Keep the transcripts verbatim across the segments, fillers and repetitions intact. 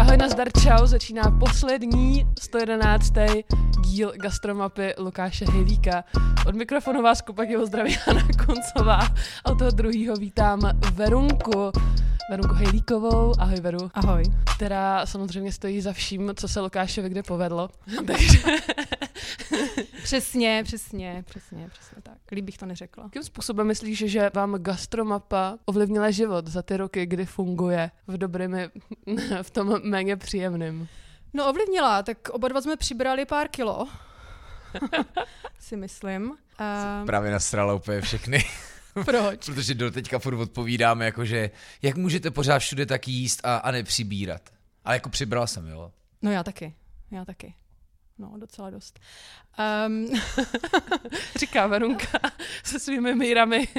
Ahoj, nazdar, čau, začíná poslední sto jedenáctý díl gastromapy Lukáše Hejlíka. Od mikrofonu vás kopak jeho zdraví Hana Koncová a od toho druhýho vítám Verunku. Verunku Hejlíkovou, ahoj Veru. Ahoj. Která samozřejmě stojí za vším, co se Lukášovi kde povedlo. Takže... Přesně, přesně, přesně, přesně tak. Líp bych to neřekla. Jakým způsobem myslíš, že vám gastromapa ovlivnila život za ty roky, kdy funguje v dobrým i v tom méně příjemným? No ovlivnila, tak oba dva jsme přibrali pár kilo, si myslím. A... Právě nasrala úplně všechny. Proč? Protože do teďka furt odpovídáme, jakože jak můžete pořád všude tak jíst a, a nepřibírat. Ale jako přibral jsem, jo. No já taky, já taky. No, docela dost. Um... Říká Verunka se svými mírami.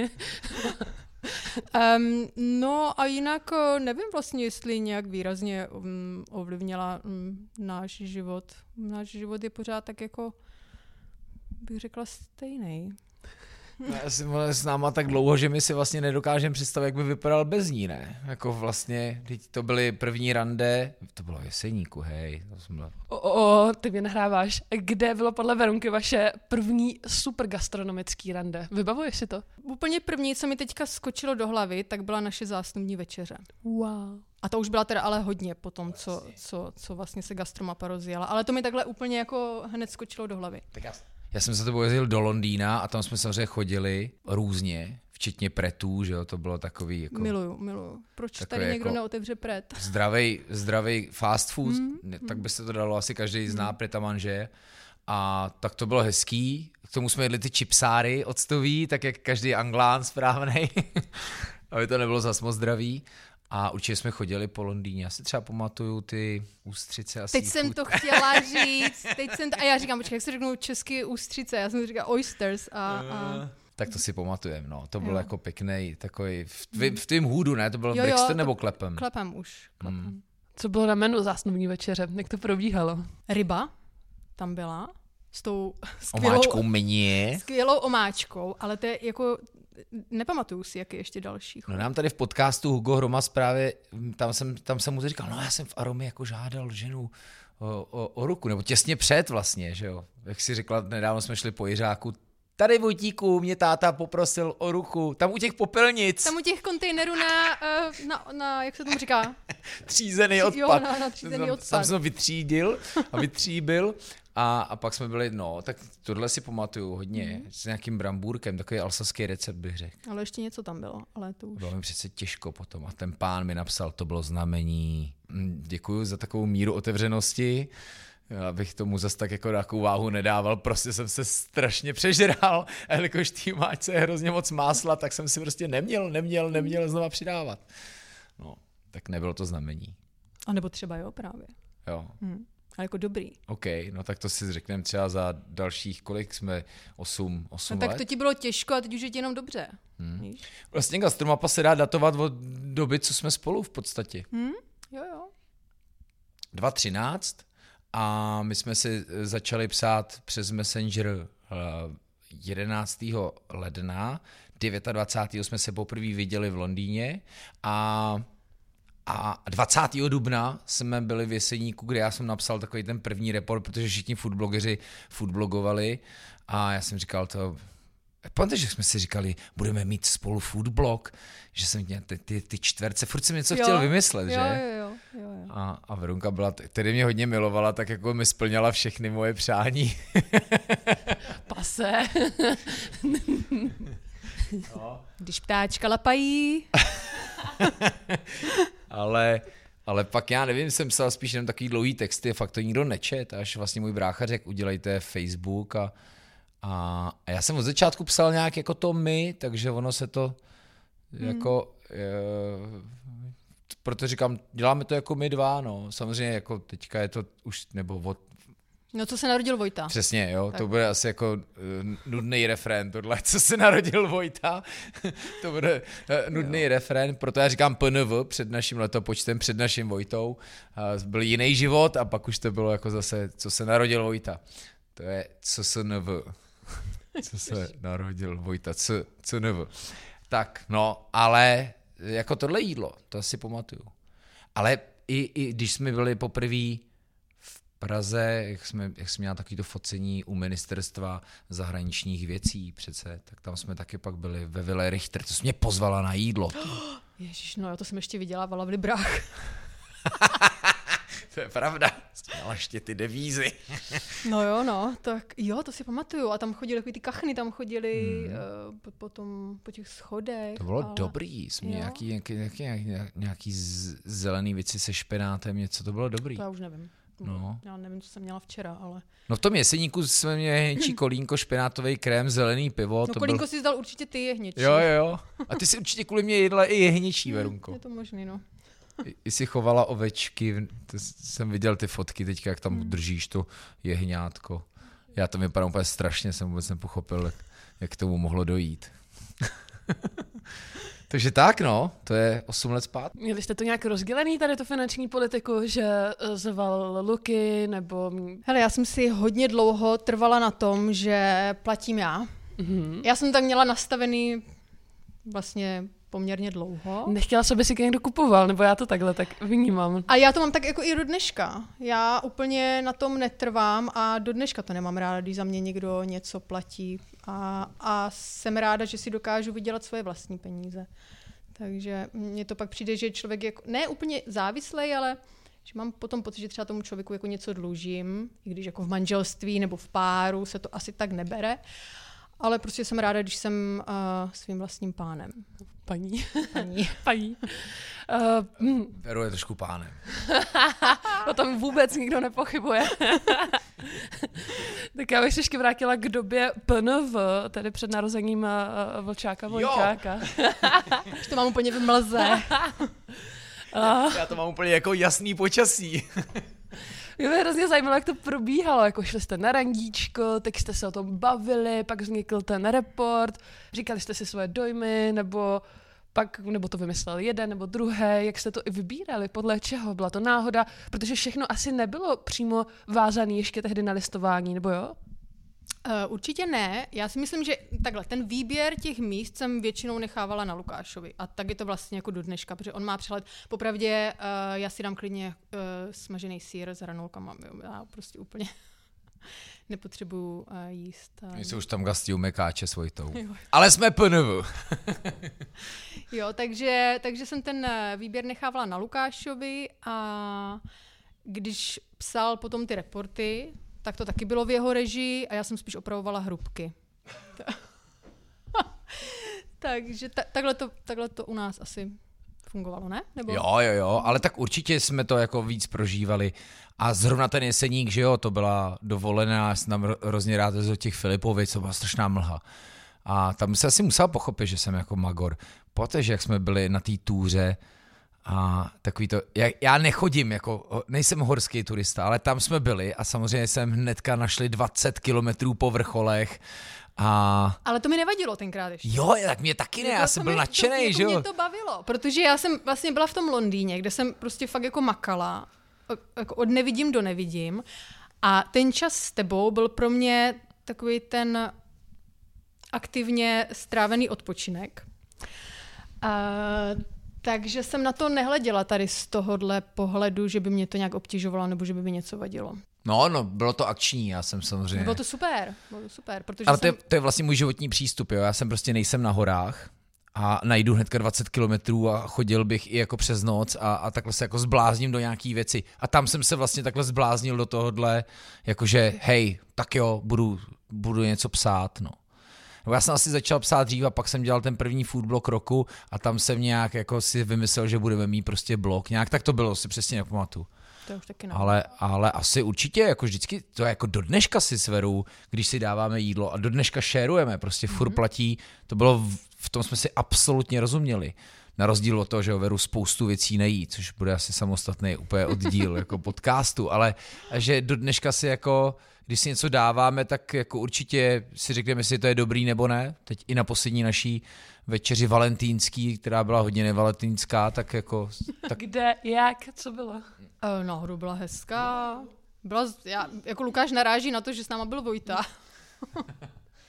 um, no a jinak nevím vlastně, jestli nějak výrazně um, ovlivnila um, náš život. Náš život je pořád tak jako, bych řekla, stejný. No, já jsem s náma tak dlouho, že my si vlastně nedokážeme představit, jak by vypadal bez ní, ne? Jako vlastně, teď to byly první rande, to bylo v Jeseníku, hej. To jsem byl... O, o, ty mě nahráváš. Kde bylo podle Verunky vaše první super gastronomický rande? Vybavuješ si to? Úplně první, co mi teďka skočilo do hlavy, tak byla naše zásnubní večeře. Wow. A to už byla teda ale hodně po tom, co, co, co vlastně se gastromapa rozjela. Ale to mi takhle úplně jako hned skočilo do hlavy. Tak já... Já jsem se to jezdil do Londýna a tam jsme samozřejmě chodili různě, včetně pretů, že jo, to bylo takový jako... Miluju, miluju. Proč tady někdo jako neotevře pret? Zdravej, zdravej fast food, mm, tak mm. by se to dalo, asi každý zná mm. pret a manže. A tak to bylo hezký, k tomu jsme jedli ty chipsáry octový, tak jak každý Anglán správnej, aby to nebylo zas moc zdravý. A určitě jsme chodili po Londýně. Já si třeba pamatuju ty ústřice a Teď seafood. jsem to chtěla říct. Teď jsem to, a já říkám, počkej, jak se řeknou česky ústřice? Já jsem říkala oysters. A, a... Tak to si pamatujem, no. To bylo jo. jako pěkný takový, v, tvý, v tvým hůdu, ne? To bylo jo, jo, Brixton to nebo Klepem? Klepem už. Klepem. Hmm. Co bylo na menu zásnubní večeře? Jak to probíhalo? Ryba tam byla. S tou skvělou, omáčkou mě. Skvělou omáčkou, ale to je jako... Nepamatuju si, jak je ještě další. No nám tady v podcastu Hugo Hromas právě, tam jsem, tam jsem mu říkal, no já jsem v Aromě jako žádal ženu o, o, o ruku, nebo těsně před vlastně, že jo. Jak si řekla, nedávno jsme šli po Jiřáku, tady Vojtíku, mě táta poprosil o ruku, tam u těch popelnic. Tam u těch kontejnerů na, na, na jak se tomu říká? Třízený odpad. Jo, na, na třízený jsem, odpad. Tam jsem vytřídil a vytříbil. A, a pak jsme byli, no, tak tohle si pamatuju hodně, mm. s nějakým brambůrkem, takový alsaský recept bych řekl. Ale ještě něco tam bylo, ale to už... Bylo mi přece těžko potom a ten pán mi napsal, to bylo znamení. Děkuju za takovou míru otevřenosti, já bych tomu zas tak jako takovou váhu nedával, prostě jsem se strašně přežral, a jelikož tý máčce je hrozně moc másla, tak jsem si prostě neměl, neměl, neměl znova přidávat. No, tak nebylo to znamení. A nebo třeba jo, právě. Jo. Hmm. Ale jako dobrý. OK, no tak to si řekneme třeba za dalších, kolik jsme, osm, osm no, let? tak to ti bylo těžko a teď už je ti jenom dobře. Hmm. Víš? Vlastně gastromapa se dá datovat od doby, co jsme spolu v podstatě. Hmm? Jo, jo. dva tisíce třináct a my jsme si začali psát přes Messenger jedenáctého ledna, dvacátého devátého jsme se poprvé viděli v Londýně a A dvacátého dubna jsme byli v Jeseníku, kde já jsem napsal takový ten první report, protože všichni foodblogeři foodblogovali a já jsem říkal to, pamatuješ, že jsme si říkali, budeme mít spolu foodblog, že jsem měl ty, ty, ty čtverce, furt jsem něco jo, chtěl vymyslet, jo, že? Jo, jo, jo, jo. A, a Verunka byla, který mě hodně milovala, tak jako mi splňala všechny moje přání. Pase. No. Když ptáčka lapají. ale, ale pak já nevím, jsem psal spíš jenom takový dlouhý texty, fakt to nikdo nečet, až vlastně můj brácha řekl, udělejte Facebook a, a, a já jsem od začátku psal nějak jako to my, takže ono se to hmm. jako, je, proto říkám, děláme to jako my dva, no, samozřejmě jako teďka je to už, nebo od No, co se narodil Vojta. Přesně, jo, tak. To bude asi jako uh, nudný refrén, tohle, co se narodil Vojta, to bude uh, nudný jo. refrén, proto já říkám P N V před naším letopočtem, před naším Vojtou, uh, byl jiný život a pak už to bylo jako zase, co se narodil Vojta, to je C S N V, co se narodil Vojta, C, C N V. Tak, no, ale jako tohle jídlo, to asi pamatuju. Ale i, i když jsme byli poprvé v Praze, jak jsme, jak jsme měli takovýto focení u ministerstva zahraničních věcí přece, tak tam jsme taky pak byli ve Vile Richter, to jsi mě pozvala na jídlo. Ježiš, no to jsem ještě vydělávala v librách. To je pravda, jsi měla ještě ty devízy. No jo, no, tak jo, to si pamatuju. A tam chodili takový ty kachny, tam chodili Hmm. uh, po, po, tom, po těch schodech. To bylo ale... dobrý, jsme Jo. nějaký, nějaký, nějaký, nějaký, nějaký z- zelený věci se špenátem, něco, to bylo dobrý. To já už nevím. No. Já nevím, co jsem měla včera, ale... No v tom Jeseníku jsme měli hněčí kolínko, špenátový krém, zelený pivo. No to kolínko byl... si zdal určitě ty jehněčí. Jo, jo, jo. A ty si určitě kvůli mě jedla i jehněčí, Verunko. Je to možný, no. I, I si chovala ovečky, to jsem viděl ty fotky teďka, jak tam Hmm. držíš to jehňátko. Já to vypadám úplně strašně, jsem vůbec nepochopil, jak, jak k tomu mohlo dojít. Takže tak, no, to je osm let zpátky. Měli jste to nějak rozdělený, tady tu finanční politiku, že eh, zval Luky, nebo... Hele, já jsem si hodně dlouho trvala na tom, že platím já. Mhm. Já jsem tak měla nastavený vlastně poměrně dlouho. Nechtěla se, aby si někdo kupoval, nebo já to takhle tak vnímám. A já to mám tak jako i do dneška. Já úplně na tom netrvám a do dneška to nemám ráda, když za mě někdo něco platí. A, a jsem ráda, že si dokážu vydělat svoje vlastní peníze. Takže mně to pak přijde, že člověk je jako, ne úplně závislej, ale že mám potom pocit, že třeba tomu člověku jako něco dlužím, i když jako v manželství nebo v páru se to asi tak nebere. Ale prostě jsem ráda, když jsem uh, svým vlastním pánem. Paní. Paní. Paní. Uh, hm, Veru je trošku pánem. o tom vůbec nikdo nepochybuje. Tak já bych se ještě vrátila k době P N V, tedy před narozením uh, Vlčáka Vojťáka. Už to mám úplně v mlze. Uh, Já to mám úplně jako jasný počasí. Mě by hrozně zajímalo, jak to probíhalo. Jako šli jste na randíčko, teď jste se o tom bavili, pak vznikl ten report, říkali jste si svoje dojmy, nebo pak, nebo to vymyslel jeden nebo druhý, jak jste to i vybírali, podle čeho, byla to náhoda, protože všechno asi nebylo přímo vázané ještě tehdy na listování, nebo jo? Uh, určitě ne. Já si myslím, že takhle, ten výběr těch míst jsem většinou nechávala na Lukášovi. A tak je to vlastně jako do dneška, protože on má přehled. Popravdě uh, já si dám klidně uh, smažený sýr s hranolkama. Já prostě úplně nepotřebuju uh, jíst. Uh, My se už tam gastí u Mekáče s Vojtou. Jo. Ale jsme P N V. Jo, takže, takže jsem ten uh, výběr nechávala na Lukášovi a když psal potom ty reporty, tak to taky bylo v jeho režii a já jsem spíš opravovala hrubky. Takže ta, takhle, to, takhle to u nás asi fungovalo, ne? Nebo... Jo, jo, jo, ale tak určitě jsme to jako víc prožívali. A zrovna ten Jeseník, že jo, to byla dovolená, já jsem tam hrozně rád do těch Filipovic, to byla strašná mlha. A tam se asi musel pochopit, že jsem jako magor. Protože jak jsme byli na té túře a takový to, já, já nechodím, jako nejsem horský turista, ale tam jsme byli a samozřejmě jsem hnedka našli dvacet kilometrů po vrcholech. A... Ale to mi nevadilo tenkrát ještě. Jo, tak mě taky ne, já jsem byl nadšenej, že jo. Mě to bavilo, protože já jsem vlastně byla v tom Londýně, kde jsem prostě fakt jako makala, jako od nevidím do nevidím a ten čas s tebou byl pro mě takový ten aktivně strávený odpočinek. A, takže jsem na to nehleděla tady z tohohle pohledu, že by mě to nějak obtěžovalo nebo že by mi něco vadilo. No, no, bylo to akční, já jsem samozřejmě... Bylo to super, bylo to super, protože Ale jsem... to je, to je vlastně můj životní přístup, jo, já jsem prostě nejsem na horách a najdu hnedka dvacet kilometrů a chodil bych i jako přes noc a, a takhle se jako zblázním do nějaký věci. A tam jsem se vlastně takhle zbláznil do tohohle, jakože hej, tak jo, budu, budu něco psát, no. No, já jsem asi začal psát dřív a pak jsem dělal ten první foodblog roku a tam jsem nějak jako si vymyslel, že budeme mít prostě blog. Nějak tak to bylo, si přesně nepamatuju. To už taky ne. Ale, ale asi určitě, jako vždycky, to je jako do dneška si s Verou, když si dáváme jídlo a do dneška šérujeme, prostě mm-hmm. furt platí, to bylo, v, v tom jsme si absolutně rozuměli. Na rozdíl od toho, že o Veru spoustu věcí nejí, což bude asi samostatný úplně oddíl jako podcastu, ale že do dneška si jako, když si něco dáváme, tak jako určitě si řekneme, jestli to je dobrý nebo ne. Teď i na poslední naší večeři valentýnský, která byla hodně nevalentínská, tak jako... Tak... Kde, jak, co bylo? Uh, nahoru byla hezká. Byla, já, jako Lukáš naráží na to, že s náma byl Vojta.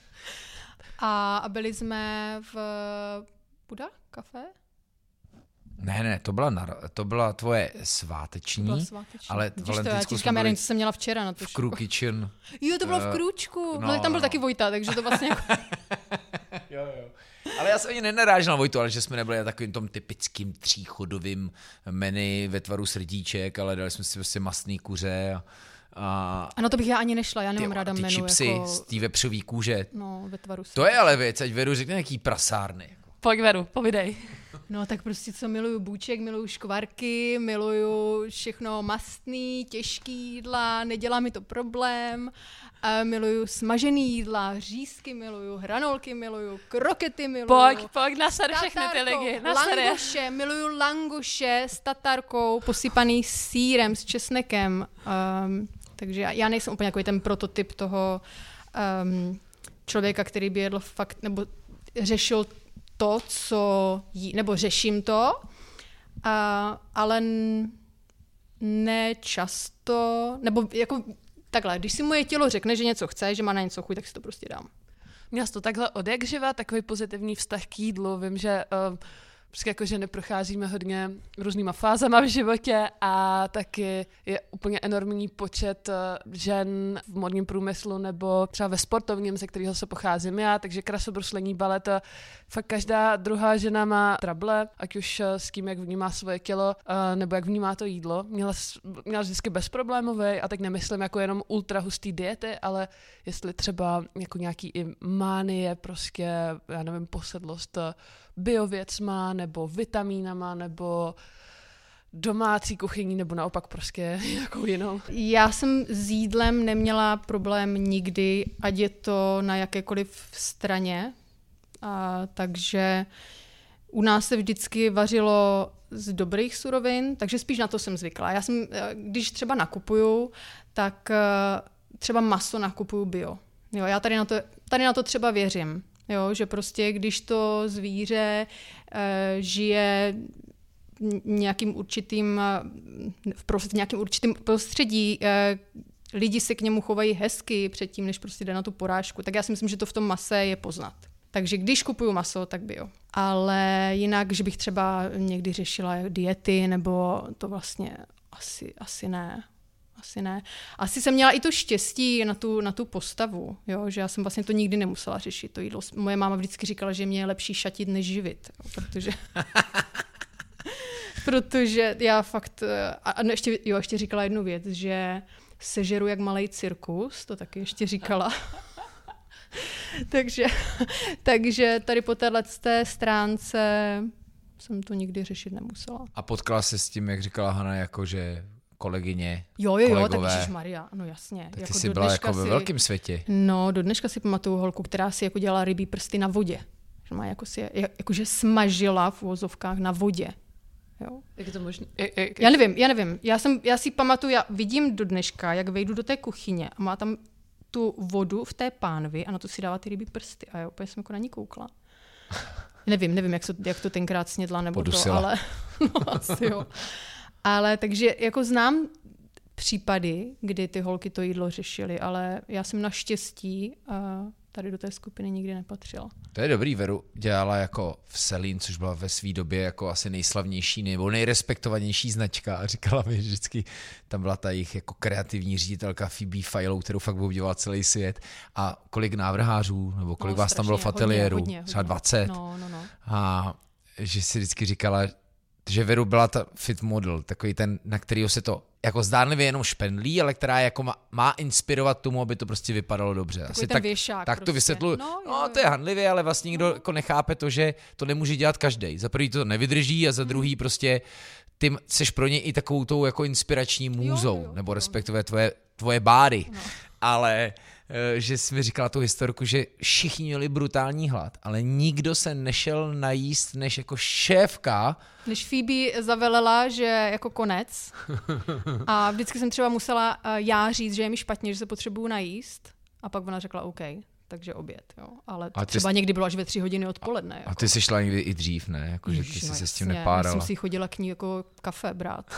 a, a byli jsme v Buda kafe? Ne, ne, to byla, nar- to byla tvoje sváteční, To byla sváteční. ale Vidíš to, já ti Valentínskou říkám, jsme já byli nevím, co jsem měla včera na to. v Crew Kitchen. Jo, to bylo Eh, v Krůčku. no, No, tam byl no. taky Vojta, takže to vlastně jako... Jo, jo. Ale já jsem ani nenarážel na Vojtu, ale že jsme nebyli na takovým tom typickým tříchodovým menu ve tvaru srdíček, ale dali jsme si prostě mastný kuře a, a Ano, to bych já ani nešla, já nemám ty, ráda ty menu chipsy jako... z té vepřový kůže. No, ve tvaru To je ale věc, ať Veru řekne nějaký prasárny. Pojď Veru, povidej. No tak prostě co miluju bůček, miluju škvarky, miluju všechno mastný, těžký jídla, nedělá mi to problém. A miluju smažený jídla, řízky miluju, hranolky miluju, krokety miluju. Pojď, pojď, naser všechny ty tatarkou, lidi, naser je. langoše, miluju langoše s tatarkou, posypaný sýrem, s česnekem. Um, takže já, já nejsem úplně jako ten prototyp toho um, člověka, který by jedl fakt, nebo řešil to, co jí, nebo řeším to, a, ale n- ne často, nebo jako takhle, když si moje tělo řekne, že něco chce, že má na něco chuť, tak si to prostě dám. Měla jsi to takhle od jak živa, takový pozitivní vztah k jídlu. Vím, že uh, prostě jako ženy procházíme hodně různýma fázama v životě a taky je úplně enormní počet uh, žen v modním průmyslu nebo třeba ve sportovním, ze kterého se pocházím já, takže krasobruslení, balet, uh, fakt každá druhá žena má trable, ať už uh, s tím, jak vnímá svoje tělo, uh, nebo jak vnímá to jídlo. Měla, měla vždycky bezproblémový a tak nemyslím jako jenom ultra hustý diety, ale jestli třeba jako nějaký i mánie, prostě, já nevím, posedlost uh, biověcma, nebo vitamínama, nebo domácí kuchyní, nebo naopak prostě nějakou jinou. Já jsem s jídlem neměla problém nikdy, ať je to na jakékoliv straně. A, takže u nás se vždycky vařilo z dobrých surovin, takže spíš na to jsem zvykla. Já jsem, když třeba nakupuju, tak třeba maso nakupuju bio. Jo, já tady na to, tady na to třeba věřím. Jo, že prostě když to zvíře e, žije nějakým určitým, v, pro, v nějakým určitým prostředí, e, lidi se k němu chovají hezky předtím, než prostě jde na tu porážku, tak já si myslím, že to v tom mase je poznat. Takže když kupuju maso, tak bio. Ale jinak, že bych třeba někdy řešila diety, nebo to vlastně asi, asi ne. Asi ne. Asi jsem měla i to štěstí na tu, na tu postavu, jo? Že já jsem vlastně to nikdy nemusela řešit, to jídlo. Moje máma vždycky říkala, že mě je lepší šatit, než živit, jo? Protože... protože já fakt... A ještě, jo, ještě říkala jednu věc, že sežeru jak malej cirkus, to taky ještě říkala. takže, takže tady po téhleté stránce jsem to nikdy řešit nemusela. A potkala se s tím, jak říkala Hana, jako že kolegyně, Jo, jo, jo, kolegové. tak ježišmarja, no jasně. Tak ty jako jsi do byla dneška jako ve si, velkém světě. No, do dneška si pamatuju holku, která si jako dělala rybí prsty na vodě. Že má jako si, jakože smažila v uvozovkách na vodě. Jo. Jak je to možné? Jak, jak, Já nevím, já nevím. Já, jsem, já si pamatuju, já vidím do dneška, jak vejdu do té kuchyně a má tam tu vodu v té pánvi a na to si dává ty rybí prsty. A já úplně jsem jako na ní koukla. Nevím, nevím, jak, so, jak to tenkrát snědla nebo Podusila. to, ale no, asi jo. Ale takže jako znám případy, kdy ty holky to jídlo řešily, ale já jsem naštěstí a tady do té skupiny nikdy nepatřila. To je dobrý, Veru dělala jako v Selin, což byla ve své době jako asi nejslavnější nebo nejrespektovanější značka a říkala mi, že vždycky tam byla ta jejich jako kreativní ředitelka Phoebe Philo, kterou fakt obdivoval celý svět a kolik návrhářů, nebo kolik No, vás tam bylo v strašně, ateliéru, hodně, hodně, třeba hodně. dvacet. No, no, no. A že si vždycky říkala, že Veru byla ta fit model, takový ten, na kterýho se to jako zdánlivě jenom špendlí, ale která jako má, má inspirovat tomu, aby to prostě vypadalo dobře. Takový Asi ten tak, věšák tak to prostě. vysvětluji. No, jo, No, jo. to je handlivě, ale vlastně nikdo jako nechápe to, že to nemůže dělat každý. Za prvý to nevydrží a za druhý prostě ty seš pro ně i takovou tou jako inspirační můzou, Jo, jo, nebo jo. respektive tvoje, tvoje bády. No. Ale eh, že jsi mi říkala tu historku, že všichni měli brutální hlad, ale nikdo se nešel najíst než jako šéfka. Než Phoebe zavelela, že jako konec a vždycky jsem třeba musela uh, já říct, že je mi špatně, že se potřebuju najíst a pak ona řekla OK, takže oběd, jo. Ale to A ty třeba jsi- někdy bylo až ve tři hodiny odpoledne. Jako. A ty jsi šla někdy i dřív, ne? Jako, že ty Ježiš, jsi no se s tím jasně, nepárala. Já jsem si chodila k ní jako kafe brát.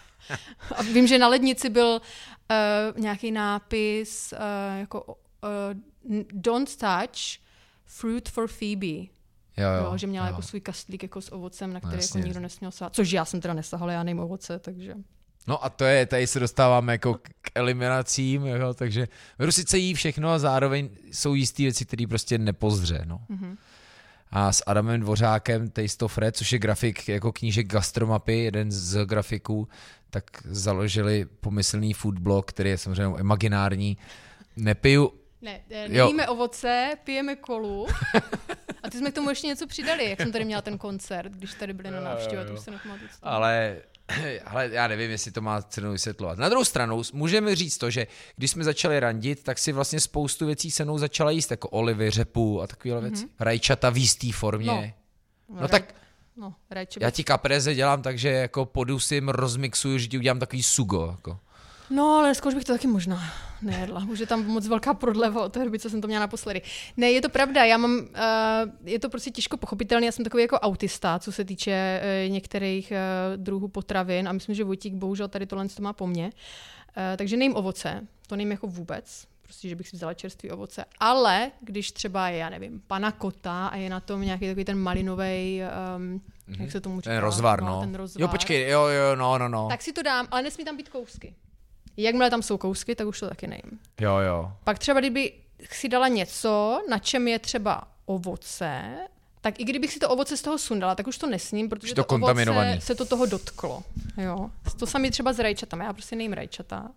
A vím, že na lednici byl uh, nějaký nápis uh, jako uh, don't touch fruit for Phoebe. Jo, jo, jo, že měla jo. jako svůj kastlík jako s ovocem, na který No, jako jasně. nikdo nesměl sahat. Což já jsem teda nesahala, já nejím ovoce, takže... No a to je, tady se dostáváme jako k eliminacím, jo, takže Veru sice jí všechno a zároveň jsou jistý věci, které prostě nepozdře, no. Mm-hmm. A s Adamem Dvořákem, Taste of Red, což je grafik jako knížek Gastromapy, jeden z grafiků, tak založili pomyslný food blog, který je samozřejmě imaginární. Nepiju... Ne, nejíme ovoce, pijeme kolu. A ty jsme k tomu ještě něco přidali, jak jsem tady měla ten koncert, když tady byli na návštěvě, to už se nepamatuju. Ale, ale já nevím, jestli to má cenu vysvětlovat. Na druhou stranu můžeme říct to, že když jsme začali randit, tak si vlastně spoustu věcí se mnou začala jíst, jako olivy, řepu a takovéhle mm-hmm. věci. Rajčata v jistý formě. No, no raj, tak no, rajče já ti caprese dělám tak, že jako podusím, rozmixuju, že ti udělám takový sugo. Jako. No, ale dneska už bych to taky možná nejedla. Už je tam moc velká prodleva od té doby, co jsem to měla naposledy. Ne, je to pravda, já mám, uh, je to prostě těžko pochopitelné, já jsem takový jako autista, co se týče uh, některých uh, druhů potravin a myslím, že Vojtík bohužel tady tohle to má po mně. Uh, takže nejím ovoce, to nejím jako vůbec, prostě, že bych si vzala čerstvý ovoce, ale když třeba je, já nevím, panna cotta a je na tom nějaký takový ten malinový, um, mm-hmm. jak se tomu říká? Ten rozvar, no. no. Ten rozvar. Jo, počkej, jo, jo, no, no, no. Tak si to dám, ale nesmí tam být kousky. Jakmile tam jsou kousky, tak už to taky nejím. Jo, jo. Pak třeba, kdyby si dala něco, na čem je třeba ovoce, tak i kdybych si to ovoce z toho sundala, tak už to nesním, protože to to ovoce kontaminovaný. se to toho dotklo. Jo. To samé třeba s rajčatami. Já prostě nejím rajčata,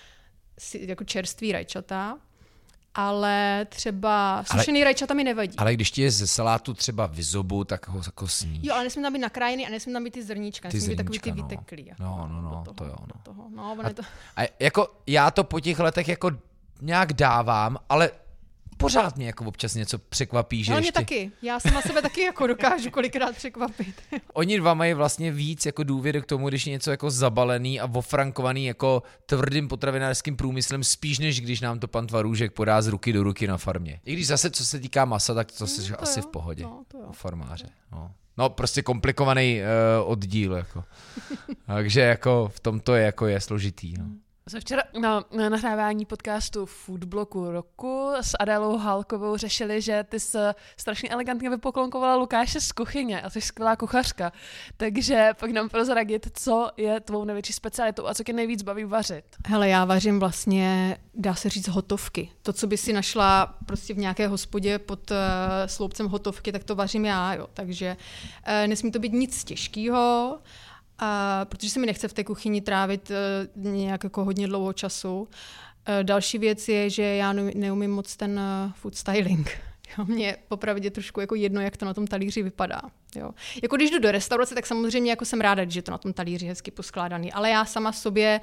jako čerstvý rajčata, ale třeba sušený ale, rajčata mi nevadí. Ale když ti je ze salátu třeba vyzobu, tak ho jako sníš. Jo, ale nesmím tam být nakrájený a nesmím tam být ty zrníčka. Ty nesmím být takový ty no. vyteklý. No, no, no, toho, to jo. No. Toho. No, a, to... a jako já to po těch letech jako nějak dávám, ale pořád mě jako občas něco překvapí, že ale ještě... mě taky. Já sama sebe taky jako dokážu kolikrát překvapit. Oni dva mají vlastně víc jako důvěry k tomu, když je něco jako zabalený a ofrankovaný jako tvrdým potravinářským průmyslem, spíš než když nám to pan Tvarůžek podá z ruky do ruky na farmě. I když zase, co se týká masa, tak to se to asi jo. v pohodě. No, to jo. U farmáře. No. no prostě komplikovaný uh, oddíl. Jako. Takže jako v tom to je, jako je složitý. No. Jsme včera na, na nahrávání podcastu Foodbloku roku s Adélou Halkovou řešili, že ty jsi strašně elegantně vypoklonkovala Lukáše z kuchyně a jsi skvělá kuchařka. Takže pak nám prozradit, co je tvou největší specialitou a co tě nejvíc baví vařit. Hele, já vařím vlastně, dá se říct, hotovky. To, co by si našla prostě v nějaké hospodě pod uh, sloupcem hotovky, tak to vařím já, jo. Takže uh, nesmí to být nic těžkého, Uh, protože se mi nechce v té kuchyni trávit uh, nějak jako hodně dlouho času. Uh, další věc je, že já neumím moc ten uh, food styling. Jo, mě popravdě trošku jako jedno, jak to na tom talíři vypadá. Jo. Jako když jdu do restaurace, tak samozřejmě jako jsem ráda, že je to na tom talíři hezky poskládaný, ale já sama sobě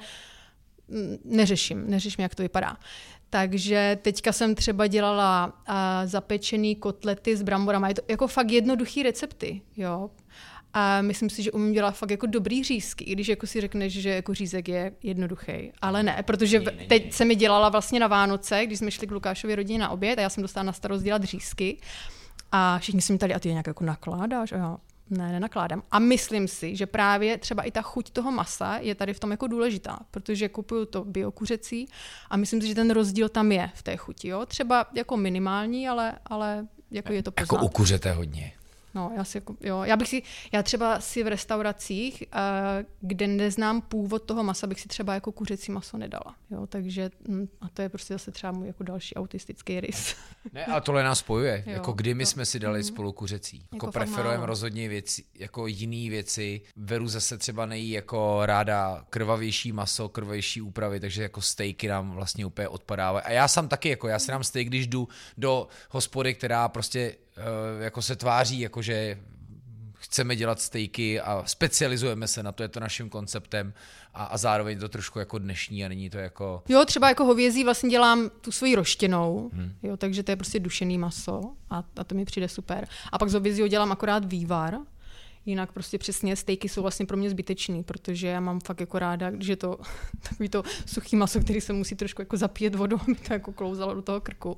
neřeším, neřeším, jak to vypadá. Takže teďka jsem třeba dělala uh, zapečený kotlety s bramborama. Je to jako fakt jednoduchý recepty, jo. A myslím si, že umím dělat fakt jako dobrý řízky, i když jako si řekneš, že jako řízek je jednoduchý. Ale ne, protože teď se mi dělala vlastně na Vánoce, když jsme šli k Lukášově rodině na oběd a já jsem dostala na starost dělat řízky. A všichni se mi tady, a ty je nějak jako nakládáš? A já, ne, nenakládám. A myslím si, že právě třeba i ta chuť toho masa je tady v tom jako důležitá, protože kupuju to biokuřecí a myslím si, že ten rozdíl tam je v té chuti. Jo? Třeba jako minimální, ale, ale jako je to poznat. Jako u kuřete hodně. No, já si jako, jo, já bych si, já třeba si v restauracích, uh, kde neznám původ toho masa, bych si třeba jako kuřecí maso nedala, jo, takže, a to je prostě zase třeba můj jako další autistický rys. Ne, ale tohle nás spojuje, Jo, jako kdy my jo. jsme si dali spolu kuřecí, jako, Jako preferujeme rozhodně věci, jako jiný věci, Veru zase třeba nejí jako ráda krvavější maso, krvavější úpravy, takže jako stejky nám vlastně úplně odpadávají a já sám taky, jako já si dám steak, když jdu do hospody, která prostě jako se tváří, jakože chceme dělat stejky a specializujeme se na to, je to naším konceptem a, a zároveň to trošku jako dnešní a není to jako... Jo, třeba jako hovězí vlastně dělám tu svoji roštěnou, hmm. jo, takže to je prostě dušený maso a, a to mi přijde super. A pak z hovězího dělám akorát vývar, jinak prostě přesně stejky jsou vlastně pro mě zbytečný, protože já mám fakt jako ráda, když je to takový to suchý maso, který se musí trošku jako zapít vodou, aby to jako klouzalo do toho krku.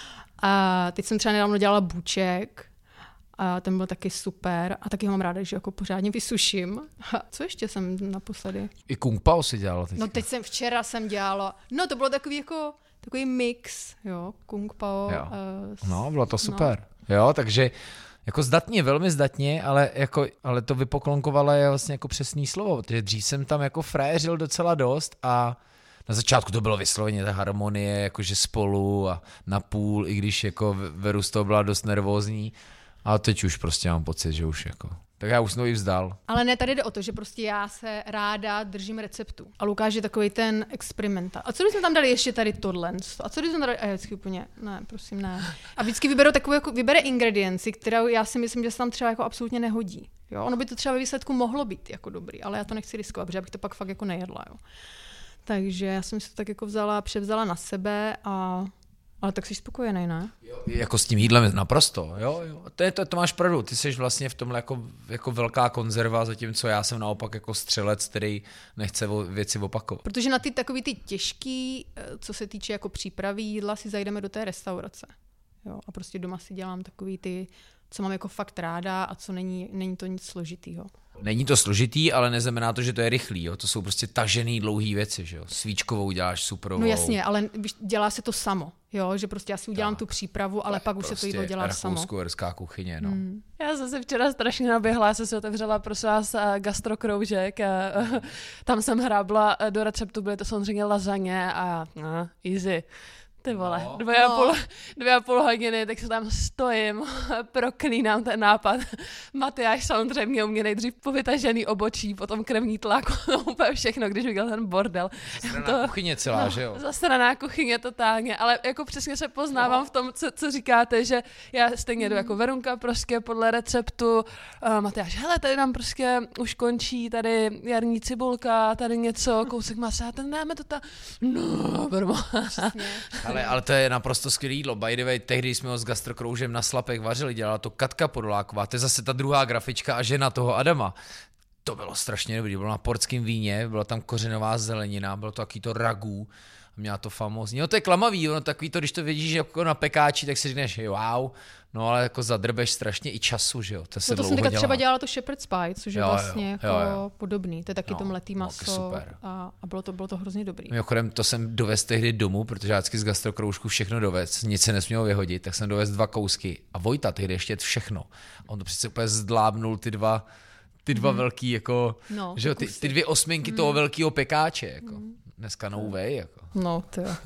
A teď jsem třeba nedávno dělala bůček a ten byl taky super a taky ho mám ráda, že jako pořádně vysuším. A co ještě jsem naposledy? I kung pao si dělala teď. No teď jsem, včera jsem dělala, no to bylo takový jako, takový mix, jo, kung pao. Jo. Uh, No, bylo to super. No. Jo, takže Jako zdatně, velmi zdatně, ale, jako, ale to vypoklonkovala je vlastně jako přesný slovo, protože dřív jsem tam jako frajeřil docela dost a na začátku to bylo vysloveně ta harmonie, jakože spolu a napůl, i když jako Veru z toho byla dost nervózní, ale teď už prostě mám pocit, že už jako... Tak já už jsem to i vzdal. Ale ne, tady jde o to, že prostě já se ráda držím receptu. A Lukáš je takový ten experimentál. A co bychom tam dali ještě tady tohle? A co bychom tam dali? A já vždycky úplně, ne, prosím, ne. A vždycky vyberu takovou, jako, vybere ingredienci, kterou já si myslím, že se tam třeba jako absolutně nehodí. Jo? Ono by to třeba ve výsledku mohlo být jako dobrý, ale já to nechci riskovat, protože bych to pak fakt jako nejedla. Jo? Takže já jsem si to tak jako vzala, převzala na sebe a... Ale tak jsi spokojený, ne? Jo, jako s tím jídlem naprosto, jo, jo. To, je, to, to máš pravdu, ty jsi vlastně v tomhle jako, jako velká konzerva, zatímco já jsem naopak jako střelec, který nechce věci opakovat. Protože na ty takový ty těžký, co se týče jako přípravy jídla, si zajdeme do té restaurace. Jo, a prostě doma si dělám takový ty, co mám jako fakt ráda a co není, není to nic složitýho. Není to složitý, ale neznamená to, že to je rychlý. Jo? To jsou prostě tažený dlouhý věci. Že jo? Svíčkovou děláš suprovou. No jasně, ale dělá se to samo. Jo? Že prostě já si udělám tak. tu přípravu, ale pak už prostě se to jídlo dělá samo. Rakousko-uherská kuchyně. No. Hmm. Já jsem se včera strašně naběhla, já jsem si otevřela prosím vás gastrokroužek a tam jsem hrábla do receptu, byly to samozřejmě lazaně a, a easy. Ty vole, no. dvě, a půl, no. dvě a půl hodiny, tak se tam stojím, proklínám ten nápad. Matyáš samozřejmě u mě nejdřív povytažený obočí, potom krevní tlak, úplně všechno, když viděl ten bordel. Zasraná to, kuchyně celá, no, že jo? Zasraná kuchyně totálně, ale jako přesně se poznávám no. v tom, co, co říkáte, že já stejně jdu jako Verunka prostě podle receptu. Uh, Matyáš, hele, tady nám prostě už končí, tady jarní cibulka, tady něco, kousek masa, ten dáme to ta... No, brmo. Ale, ale to je naprosto skvělé jídlo. By the way, tehdy jsme ho s gastrokroužem na Slapech vařili, dělala to Katka Podoláková. To je zase ta druhá grafička a žena toho Adama. To bylo strašně dobrý. Bylo na portském víně, byla tam kořenová zelenina, bylo to takový to ragú. Měla to famózní. No to je klamavý, ono takový to, když to vidíš jako na pekáči, tak si říkáš, wow, no ale jako zadrbeš strašně i času, že jo. To se no to dlouho jsem dělá. třeba dělala to shepherd's pie, což je jo, vlastně jo, jako jo, jo. podobný. To je taky no, to mletý maso super. a, a bylo, to, bylo to hrozně dobrý. Mimochodem, to jsem dovez tehdy domů, protože já vždycky z gastrokroužku všechno dovez, nic se nesmělo vyhodit, tak jsem dovez dva kousky a Vojta tehdy ještě všechno. A on to přece úplně zdlábnul ty dva, ty dva hmm. velký, jako, no, že jo, ty, ty dvě osminky hmm. toho velkého pekáče, jako. Hmm. Dneska no way, jako. No, to jo.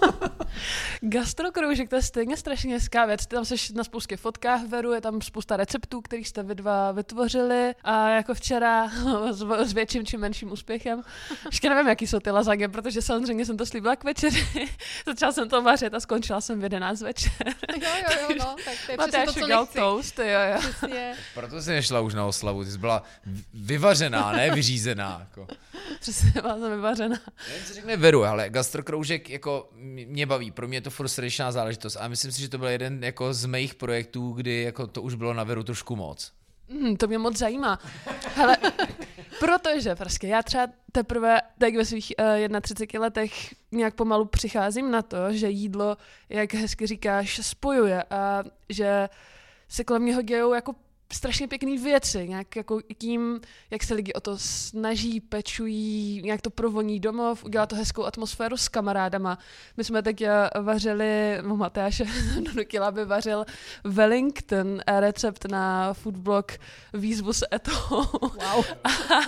Gastrokroužek, to je stejně strašně hezká věc. Ty tam jsi na spoustě fotkách, Veru, je tam spousta receptů, který jste vy dva vytvořili a jako včera s, s větším či menším úspěchem. Ještě nevím, jaký jsou ty lazaně, protože samozřejmě jsem to slíbila k večeři. Začala jsem to vařit a skončila jsem v jedenáct večer. Jo, jo, jo, no, tak to je přesně to, co nechci. Toast, jo, jo. Přesně. Proto jsi nešla už na oslavu, ty jsi byla vyvařená, ne vyřízená. Jako. Přesně, byla jsem vyvařená. Nevím, co řekne Veru, ale gastrokroužek jako mě baví, pro mě je to furt srdečná záležitost a myslím si, že to byl jeden jako z mých projektů, kdy jako to už bylo na Veru trošku moc. Hmm, to mě moc zajímá. Hele, protože prostě já třeba teprve tak ve svých uh, třiceti jedna letech nějak pomalu přicházím na to, že jídlo, jak hezky říkáš, spojuje a že se kolem něho dějou jako strašně pěkný věci, nějak jako tím, jak se lidi o to snaží, pečují, nějak to provoní domov, udělá to hezkou atmosféru s kamarádama. My jsme teď vařili, no Matyáš donutila, aby vařil Wellington, recept na foodblog výzvu s Etou. Wow. a,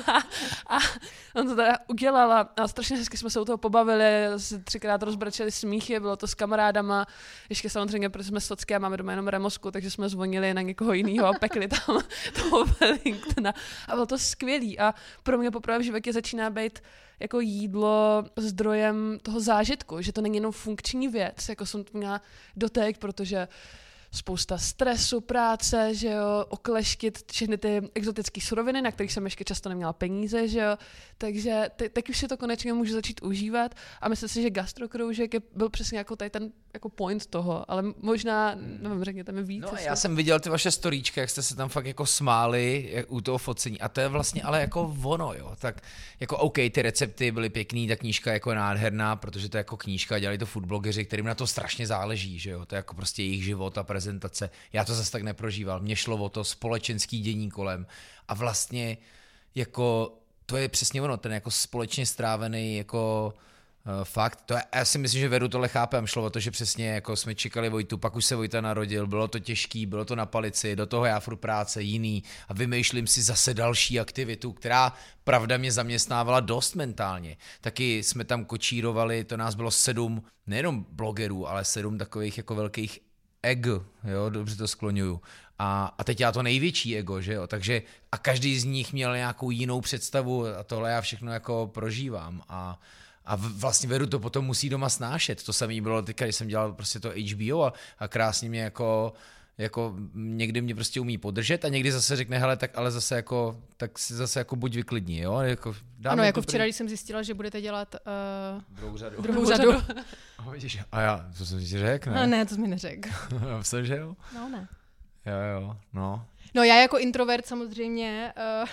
a on to teda udělala a strašně hezky jsme se u toho pobavili, třikrát rozbrečeli smíchy, bylo to s kamarádama, ještě samozřejmě, protože jsme socké a máme doma jenom remosku, takže jsme zvonili na někoho jiného a pekli tam toho Wellingtona a bylo to skvělý a pro mě poprvé v životě začíná být jako jídlo zdrojem toho zážitku, že to není jenom funkční věc, jako jsem to měla dotek, protože spousta stresu, práce, že jo, okleštit všechny ty exotické suroviny, na kterých jsem ještě často neměla peníze, že jo, takže te- teď už si to konečně můžu začít užívat a myslím si, že gastrokroužek je, byl přesně jako tady ten jako point toho, ale možná, nevím, řekněte mi víc. No já jsem viděl ty vaše storíčka, jak jste se tam fakt jako smáli jak u toho focení a to je vlastně ale jako ono, jo, tak jako OK, ty recepty byly pěkný, ta knížka jako je nádherná, protože to je jako knížka, dělali to foodblogeři, kterým na to strašně záleží, že jo, to je jako prostě jejich život a prezentace. Já to zase tak neprožíval, mně šlo o to společenský dění kolem a vlastně jako to je přesně ono, ten jako společně strávený jako Uh, fakt, to je, já si myslím, že Veru tohle chápem, šlo o to, že přesně jako jsme čekali Vojtu, pak už se Vojta narodil, bylo to těžký, bylo to na palici, do toho já furt práce, jiný a vymýšlím si zase další aktivitu, která pravda mě zaměstnávala dost mentálně. Taky jsme tam kočírovali, to nás bylo sedm, nejenom blogerů, ale sedm takových jako velkých eg, jo, dobře to skloňuju. A, a teď já to největší ego, že jo, takže a každý z nich měl nějakou jinou představu a tohle já všechno jako prožívám a A vlastně Veru to potom musí doma snášet. To samé bylo teďka, když jsem dělal prostě to H B O a, a krásně mě jako, jako někdy mě prostě umí podržet a někdy zase řekne, hele, tak ale zase jako, tak si zase jako buď vyklidní, jo. Jako, ano, jako včera, když jsem zjistila, že budete dělat uh, druhou řadu. Druhou řadu. A, vidíš, a já, to jsem ti řekl, ne? No, ne, to jsi mi neřekl. Já myslím, že jo? No, ne. Jo, jo, no. No já jako introvert samozřejmě... Uh,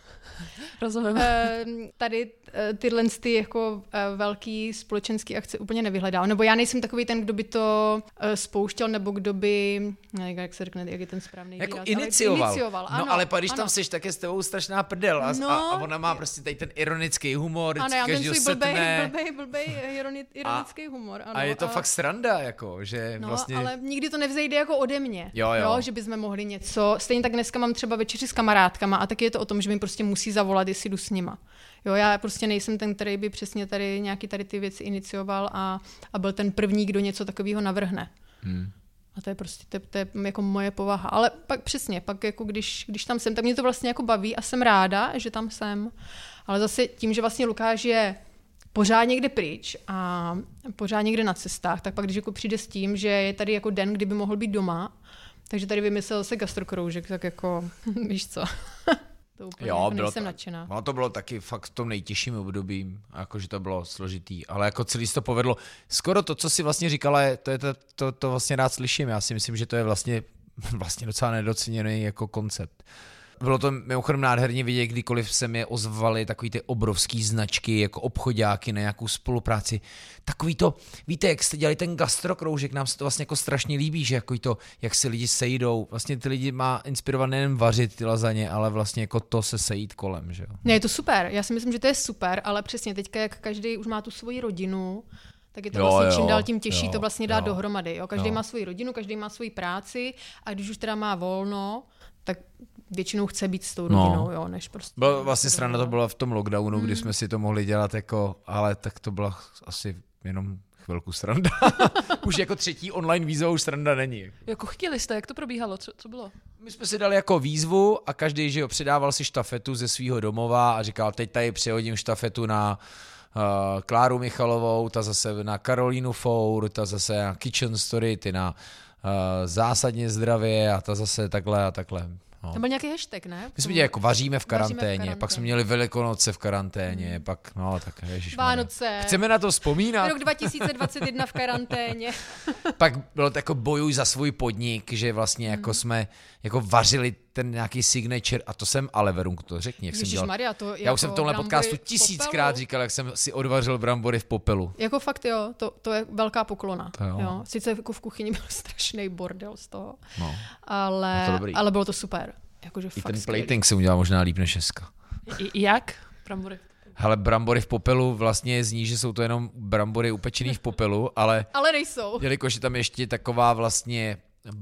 Rozumíme. Tady tyhle ty jako velký společenský akce úplně nevyhledal. Nebo já nejsem takový ten, kdo by to spouštěl, nebo kdo by, nevím, jak se řekne, jak je ten správný jako výraz. inicioval. inicioval. No ano, ale pak, když ano. tam seš, tak je s tebou strašná prdel. A, No, a, a ona má prostě tady ten ironický humor, ano, já každý ten svůj blbej, setne. blbej, blbej, ironi, ironický a, humor. Ano, a je to a, fakt sranda, jako, že no, vlastně... ale nikdy to nevzejde jako ode mě. Jo, jo. jo, že bychom mohli něco. Stejně tak dneska mám třeba večeři s kamarádkama a taky je to o tom, že mi prostě musí zavolat, jestli jdu s nima. Jo, já prostě nejsem ten, který by přesně tady nějaký tady ty věci inicioval a, a byl ten první, kdo něco takového navrhne. Hmm. A to je prostě to, to je jako moje povaha. Ale pak přesně, pak jako když, když tam jsem, tak mě to vlastně jako baví a jsem ráda, že tam jsem. Ale zase tím, že vlastně Lukáš je pořád někde pryč a pořád někde na cestách, tak pak když jako přijde s tím, že je tady jako den, kdyby mohl být doma, takže tady vymyslel se gastrokroužek, tak jako víš co. To úplně jo, jako bylo nejsem to, nadšená. No to bylo taky fakt v tom nejtěžším období, jakože to bylo složitý, ale jako celý se to povedlo. Skoro to, co si vlastně říkala, je, to, je to, to, to vlastně rád slyším, já si myslím, že to je vlastně, vlastně docela nedoceněný jako koncept. Bylo to mimochodem nádherně vidět, kdykoliv se mi ozvaly takový ty obrovský značky, jako obchodáky na nějakou spolupráci. Takový to, víte, jak jste dělali ten gastrokroužek, nám se to vlastně jako strašně líbí, že jako to, jak si lidi sejdou. Vlastně ty lidi má inspirovat nejen vařit ty lazaně, ale vlastně jako to se sejít kolem, že jo. Ne, je to super, já si myslím, že to je super, ale přesně teďka, jak každý už má tu svoji rodinu, tak je to jo, vlastně jo, čím dál tím těžší jo, to vlastně dát jo, dohromady. Jo? Každý jo. má svoji rodinu, každý má svoji práci a když už teda má volno, tak většinou chce být s tou rodinou, no. jo, než prostě... Bylo vlastně strana to byla v tom lockdownu, hmm. kdy jsme si to mohli dělat jako, ale tak to byla asi jenom chvilku sranda. Už jako třetí online výzva už sranda není. Jako chtěli jste, jak to probíhalo, co, co bylo? My jsme si dali jako výzvu a každý, že jo, předával si štafetu ze svého domova a říkal, teď tady přehodím štafetu na uh, Kláru Michalovou, ta zase na Karolínu Four, ta zase na Kitchen Story, ty na uh, Zásadně zdravě a ta zase takhle a takhle. No. To byl nějaký hashtag, ne? My jsme dělali jako vaříme v karanténě, Vaříme v karanténě. pak jsme měli Velikonoce v karanténě, hmm. pak no tak ježišmarja. Vánoce. Chceme na to vzpomínat. Rok dva tisíce dvacet jedna v karanténě. Pak bylo to jako bojuj za svůj podnik, že vlastně jako hmm. jsme jako vařili ten nějaký signature a to jsem, ale Verunku to řekni, jak jsem dělal. Maria, to Já jako už jsem v tomhle podcastu tisíckrát říkal, jak jsem si odvařil brambory v popelu. Jako fakt jo, to, to je velká poklona. To jo. Jo. Sice jako v kuchyni byl strašný bordel z toho, No. ale, No to dobrý. ale bylo to super. Jakože I fakt ten skvělý. plating se udělal možná líp než dneska. I, jak? Brambory. Hele, brambory v popelu vlastně zní, že jsou to jenom brambory upečený v popelu, ale Ale nejsou. jelikož je tam ještě taková vlastně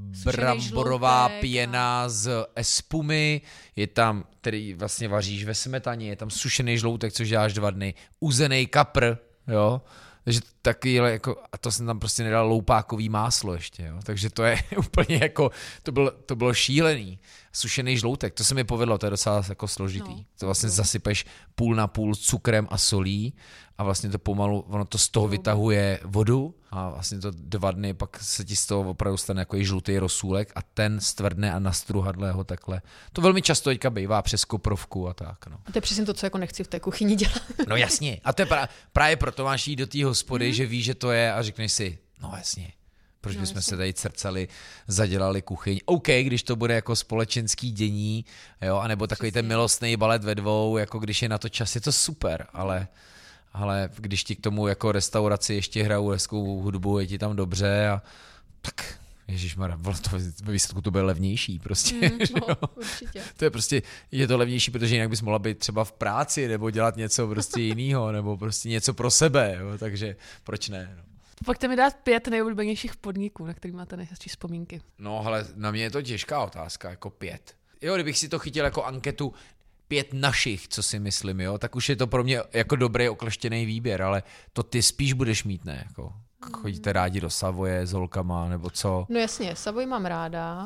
bramborová žloutek, pěna z espumy, je tam, který vlastně vaříš ve smetaně, je tam sušený žloutek, což děláš dva dny, uzený kapr, jo, takže taky jako, a to jsem tam prostě nedal loupákový máslo ještě, jo, takže to je úplně jako, to bylo, to bylo šílený. Sušený žloutek, to se mi povedlo, to je docela jako složitý. No, to vlastně to. zasypeš půl na půl cukrem a solí a vlastně to pomalu, ono to z toho vytahuje vodu a vlastně to dva dny, pak se ti z toho opravdu stane jako žlutý rosůlek a ten stvrdne a na struhadle ho takhle. To velmi často teďka bývá přes koprovku a tak, no. A to je přesně to, co jako nechci v té kuchyni dělat. No jasně, a to je pra, právě proto máš jít do té hospody, mm. že víš, že to je a řekneš si, no jasně. Proč no, bychom jasně. se tady crcali, zadělali kuchyň. OK, když to bude jako společenský dění, jo, anebo takový ten milostný balet ve dvou, jako když je na to čas, je to super, ale, ale když ti k tomu jako restauraci ještě hrajou hezkou hudbu, je ti tam dobře a tak Ježišmarja, to ve výsledku to bude levnější prostě. Mm, no, určitě. To je prostě, je to levnější, protože jinak bys mohla být třeba v práci nebo dělat něco prostě jinýho, nebo prostě něco pro sebe, jo, takže proč ne? No. Pojďte mi dát pět nejoblíbenějších podniků, na který máte nejhezčí vzpomínky. No, ale na mě je to těžká otázka, jako pět. Jo, kdybych si to chytil jako anketu pět našich, co si myslím, jo, tak už je to pro mě jako dobrý okleštěný výběr, ale to ty spíš budeš mít, ne? Jako, chodíte rádi do Savoye s holkama, nebo co? No jasně, Savoy mám ráda,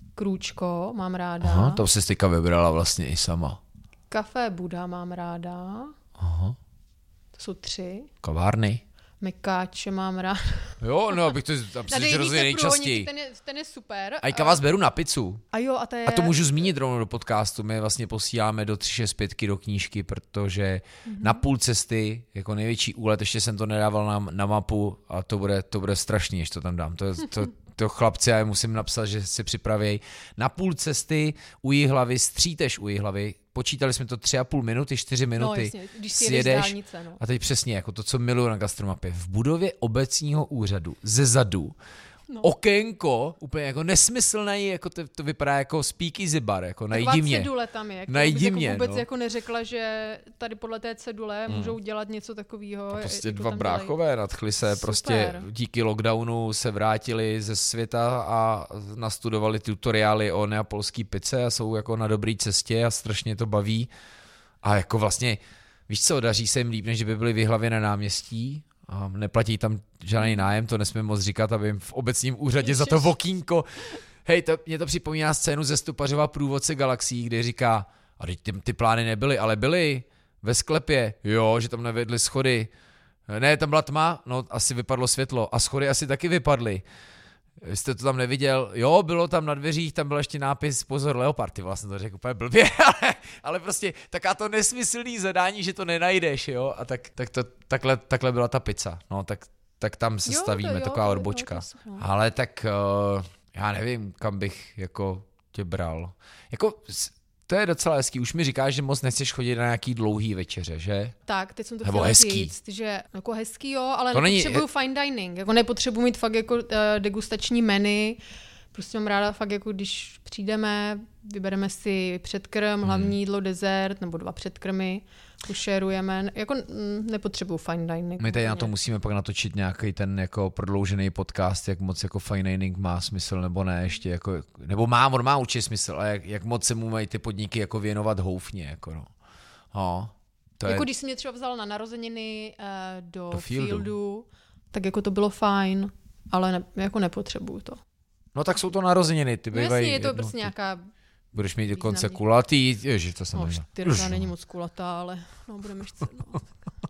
Krůčko mám ráda. Aha, to jsi teďka vybrala vlastně i sama. Café Buda mám ráda. Aha. To jsou tři. Kavárny? Mekáče mám ráda. Jo, no, abych to tam si rozhodně nejčastěji. Ten je, ten je super. A i vás beru na pizzu. A jo, a to je... A to můžu zmínit rovnou do podcastu. My vlastně posíláme do tři šest pět do knížky, protože mm-hmm. na půl cesty, jako největší úlet, ještě jsem to nedával na, na mapu a to bude, to bude strašný, když to tam dám. To, je, to, to chlapci, já musím napsat, že si připravěj. Na půl cesty u Jihlavy, stříteš u Jihlavy, počítali jsme to tři a půl minuty, čtyři minuty. No jasně, když si jedeš dálnice, no. A teď přesně, jako to, co miluju na gastromapě. V budově obecního úřadu, ze zadu, no. Okénko, úplně jako nesmyslné, jako to, to vypadá jako speakeasy bar, jako najdi mě. Cedule tam je, najdi jako mě, vůbec no. jako neřekla, že tady podle té cedule hmm. můžou dělat něco takového. A prostě dva bráchové nadchli se, super. Prostě díky lockdownu se vrátili ze světa a nastudovali tutoriály o neapolský pice a jsou jako na dobré cestě a strašně to baví. A jako vlastně, víš co, daří se jim líp, než by byli v Jihlavě na náměstí. A neplatí tam žádný nájem, to nesmím moc říkat, aby jim v obecním úřadě za to vokínko. Hej, to, mě to připomíná scénu ze Stupařova Průvodce galaxií, kde říká, a teď ty, ty plány nebyly, ale byly ve sklepě, jo, že tam nevedly schody. Ne, tam byla tma, no asi vypadlo světlo a schody asi taky vypadly. Vy jste to tam neviděl? Jo, bylo tam na dveřích, tam byl ještě nápis pozor leopard, ty vlastně to řekl úplně blbě, ale, ale prostě taká to nesmyslný zadání, že to nenajdeš, jo, a tak, tak to, takhle, takhle byla ta pizza, no, tak, tak tam se jo, stavíme, jo, taková odbočka. Jo, to, no. Ale tak uh, já nevím, kam bych jako tě bral. Jako... To je docela hezký. Už mi říkáš, že moc nechceš chodit na nějaký dlouhý večeře, že? Tak, teď jsem to Nebo chtěla hezký. říct, že jako hezký jo, ale to nepotřebuju není... fine dining. Jako nepotřebuji mít fakt jako uh, degustační menu. Prostě mám ráda fakt jako když přijdeme, vybereme si předkrm, hmm. hlavní jídlo, dezert nebo dva předkrmy, ušerujeme. Jako mm, nepotřebuju fine dining. My tady na to musíme pak natočit nějaký ten jako prodloužený podcast, jak moc jako fine dining má smysl nebo ne ještě. Jako, nebo má, on má určitě smysl, ale jak, jak moc se mu mají ty podniky jako věnovat houfně. Jako no. No, to jako je... když jsi mě třeba vzal na narozeniny uh, do, do fieldu. fieldu, tak jako to bylo fajn, ale ne, jako nepotřebuju to. No tak jsou to narozeniny, ty bývají... No jasně, je to jedno, prostě ty... nějaká... Budeš mít dokonce kulatý, ježi, to jsem no, neměl. čtyřka není moc kulatá, ale no, budeme ještě... No.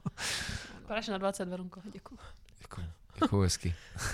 Padáš na dvacet, Verunko, děkuju. Děkuju, děkuju hezky.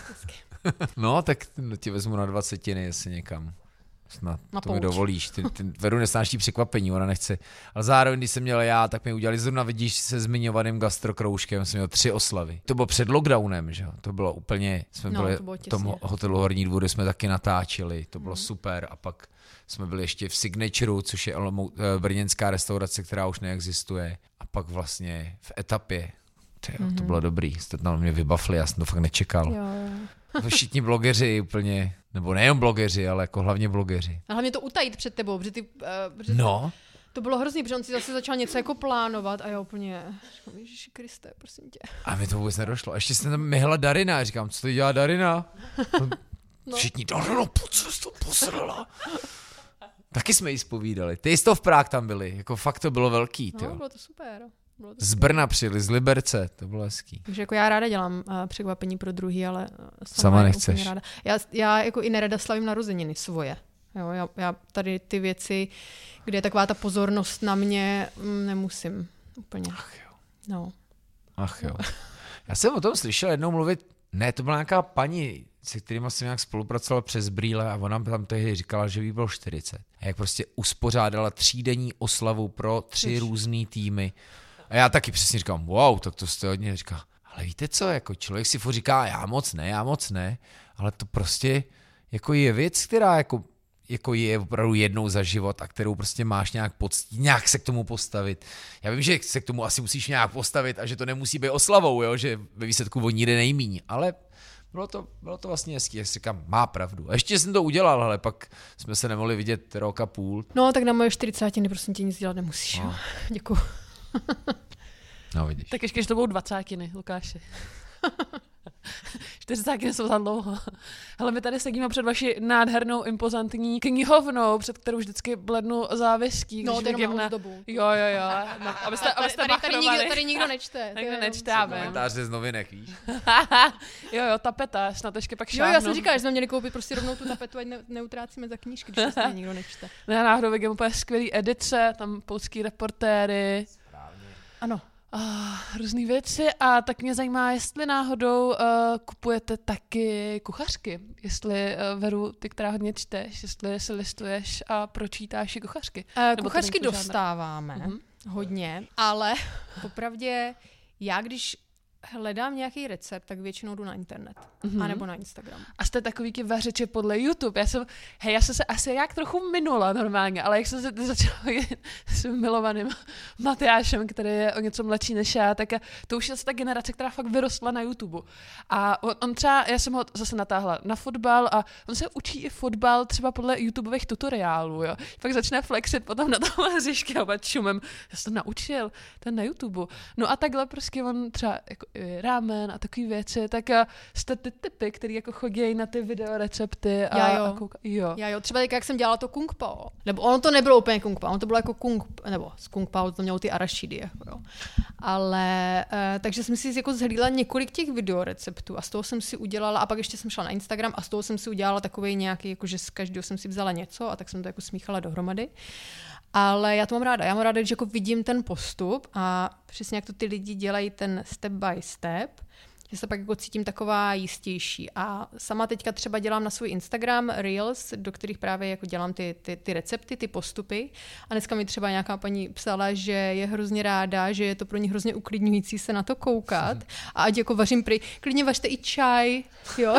No, tak ti vezmu na dvacetiny, jestli někam. Snad na to pouč. mi dovolíš. Ty, ty Veru nesnáší překvapení, ona nechce. Ale zároveň, když jsem měl já, tak mi udělali zrovna, vidíš, se zmiňovaným gastrokroužkem, jsem měl tři oslavy. To bylo před lockdownem, že jo? To bylo úplně, jsme no, byli v tom hotelu Horní Dvůr, jsme taky natáčeli, to bylo hmm. super a pak jsme byli ještě v Signatureu, což je brněnská restaurace, která už neexistuje a pak vlastně v Etapě. Tyjo, mm-hmm. To bylo dobrý, jste tam mě vybafli, já jsem to fakt nečekal. Jo, jo. Všichni blogeři úplně, nebo nejen blogeři, ale jako hlavně blogeři. A hlavně to utajit před tebou, protože ty... Uh, protože no. To bylo hrozný, protože on si zase začal něco jako plánovat a já úplně, říkám, Ježiši Kriste, prosím tě. A mi to vůbec nedošlo. A ještě jsem tam myhla Darina a říkám, co to dělá Darina? No. Všichni, Darino, pojď, co jsi to posrala? Taky jsme jí zpovídali. Ty jsi to v Prák tam byli, jako fakt to bylo velký. Tyjo. No, bylo to super. Bylo to z Brna přijeli, z Liberce, to bylo hezký. Takže jako já ráda dělám uh, překvapení pro druhý, ale sama, sama nechceš. Ráda. Já, já jako i nerada slavím narozeniny svoje. Jo, já, já tady ty věci, kde je taková ta pozornost na mě, mm, nemusím úplně. Ach jo. No. Ach jo. Já jsem o tom slyšel jednou mluvit, ne, to byla nějaká paní, se kterýma jsem nějak spolupracoval přes brýle a ona tam tehdy říkala, že jí bylo čtyřicet. A jak prostě uspořádala třídenní oslavu pro tři Už. různý týmy. A já taky přesně říkám, wow, tak to jste hodně říká. Ale víte co, jako člověk si furt říká, já moc ne, já moc ne, ale to prostě jako je věc, která jako, jako je opravdu jednou za život a kterou prostě máš nějak poctit, nějak se k tomu postavit. Já vím, že se k tomu asi musíš nějak postavit a že to nemusí být oslavou, jo? Že ve výsledku o nikde nejmíň, ale bylo to, bylo to vlastně hezký, jak si říkám, má pravdu. A ještě jsem to udělal, ale pak jsme se nemohli vidět rok a půl. No, tak na moje čtyřicátiny prosím tě nic dělat nemusíš. No. Děkuju. No, vidíš. Tak ještě, že to budou dvacátiny, Lukáši. čtyřicátiny jsou za dlouho. Ale my tady sedíme před vaší nádhernou, impozantní knihovnou, před kterou vždycky blednu záviský. No, to jenom na ozdobu. Jo, jo, jo. No, abyste, abyste tady, tady, nikdo, tady nikdo nečte. Nikdo nečtáme. Komentáře z novinek, víš? jo, jo, tapeta, snad ještě pak šáhnu. Jo, já jsem říkala, že jsme měli koupit prostě rovnou tu tapetu, ať ne, neutrácíme za knížky, když se nikdo nečte. Ne, náhodou vidím úplně skvělý edice, tam polský reportéry. Správně. Ano. Uh, různý věci a tak mě zajímá, jestli náhodou uh, kupujete taky kuchařky, jestli uh, Veru, ty, která hodně čteš, jestli si listuješ a pročítáš i kuchařky. Uh, kuchařky dostáváme uh-huh. hodně, ale popravdě já, když hledám nějaký recept, tak většinou jdu na internet. Mm-hmm. A nebo na Instagram. A jste takový ti vařeče podle YouTube. Já jsem, hej, já jsem se asi jak trochu minula normálně, ale jak jsem se začala vidět s svým milovaným Matyášem, který je o něco mladší než já, tak to už je ta generace, která fakt vyrostla na YouTube. A on, on třeba, já jsem ho zase natáhla na fotbal a on se učí i fotbal třeba podle YouTubeových tutoriálů, jo. Pak začne flexit potom na tom hřišti a čumem. Já jsem to naučil, to je na YouTube. No a takhle prostě on třeba jako rámen a takové věci, tak jste ty typy, který jako chodí na ty videorecepty a, já jo. a kouka, jo. Já jo, třeba tak, jak jsem dělala to kung pao, nebo ono to nebylo úplně kung pao, ono to bylo jako kung, nebo z kung pao to mělo ty arašidy, jako jo. Ale, e, takže jsem si jako zhlídla několik těch videoreceptů a z toho jsem si udělala, a pak ještě jsem šla na Instagram a z toho jsem si udělala takovej nějaký, jako že z každého jsem si vzala něco a tak jsem to jako smíchala dohromady. Ale já to mám ráda. Já mám ráda, když jako vidím ten postup a přesně jak to ty lidi dělají ten step by step, že se pak jako cítím taková jistější. A sama teďka třeba dělám na svůj Instagram Reels, do kterých právě jako dělám ty, ty, ty recepty, ty postupy. A dneska mi třeba nějaká paní psala, že je hrozně ráda, že je to pro ní hrozně uklidňující se na to koukat. A ať jako vařím prý, klidně vařte i čaj, jo.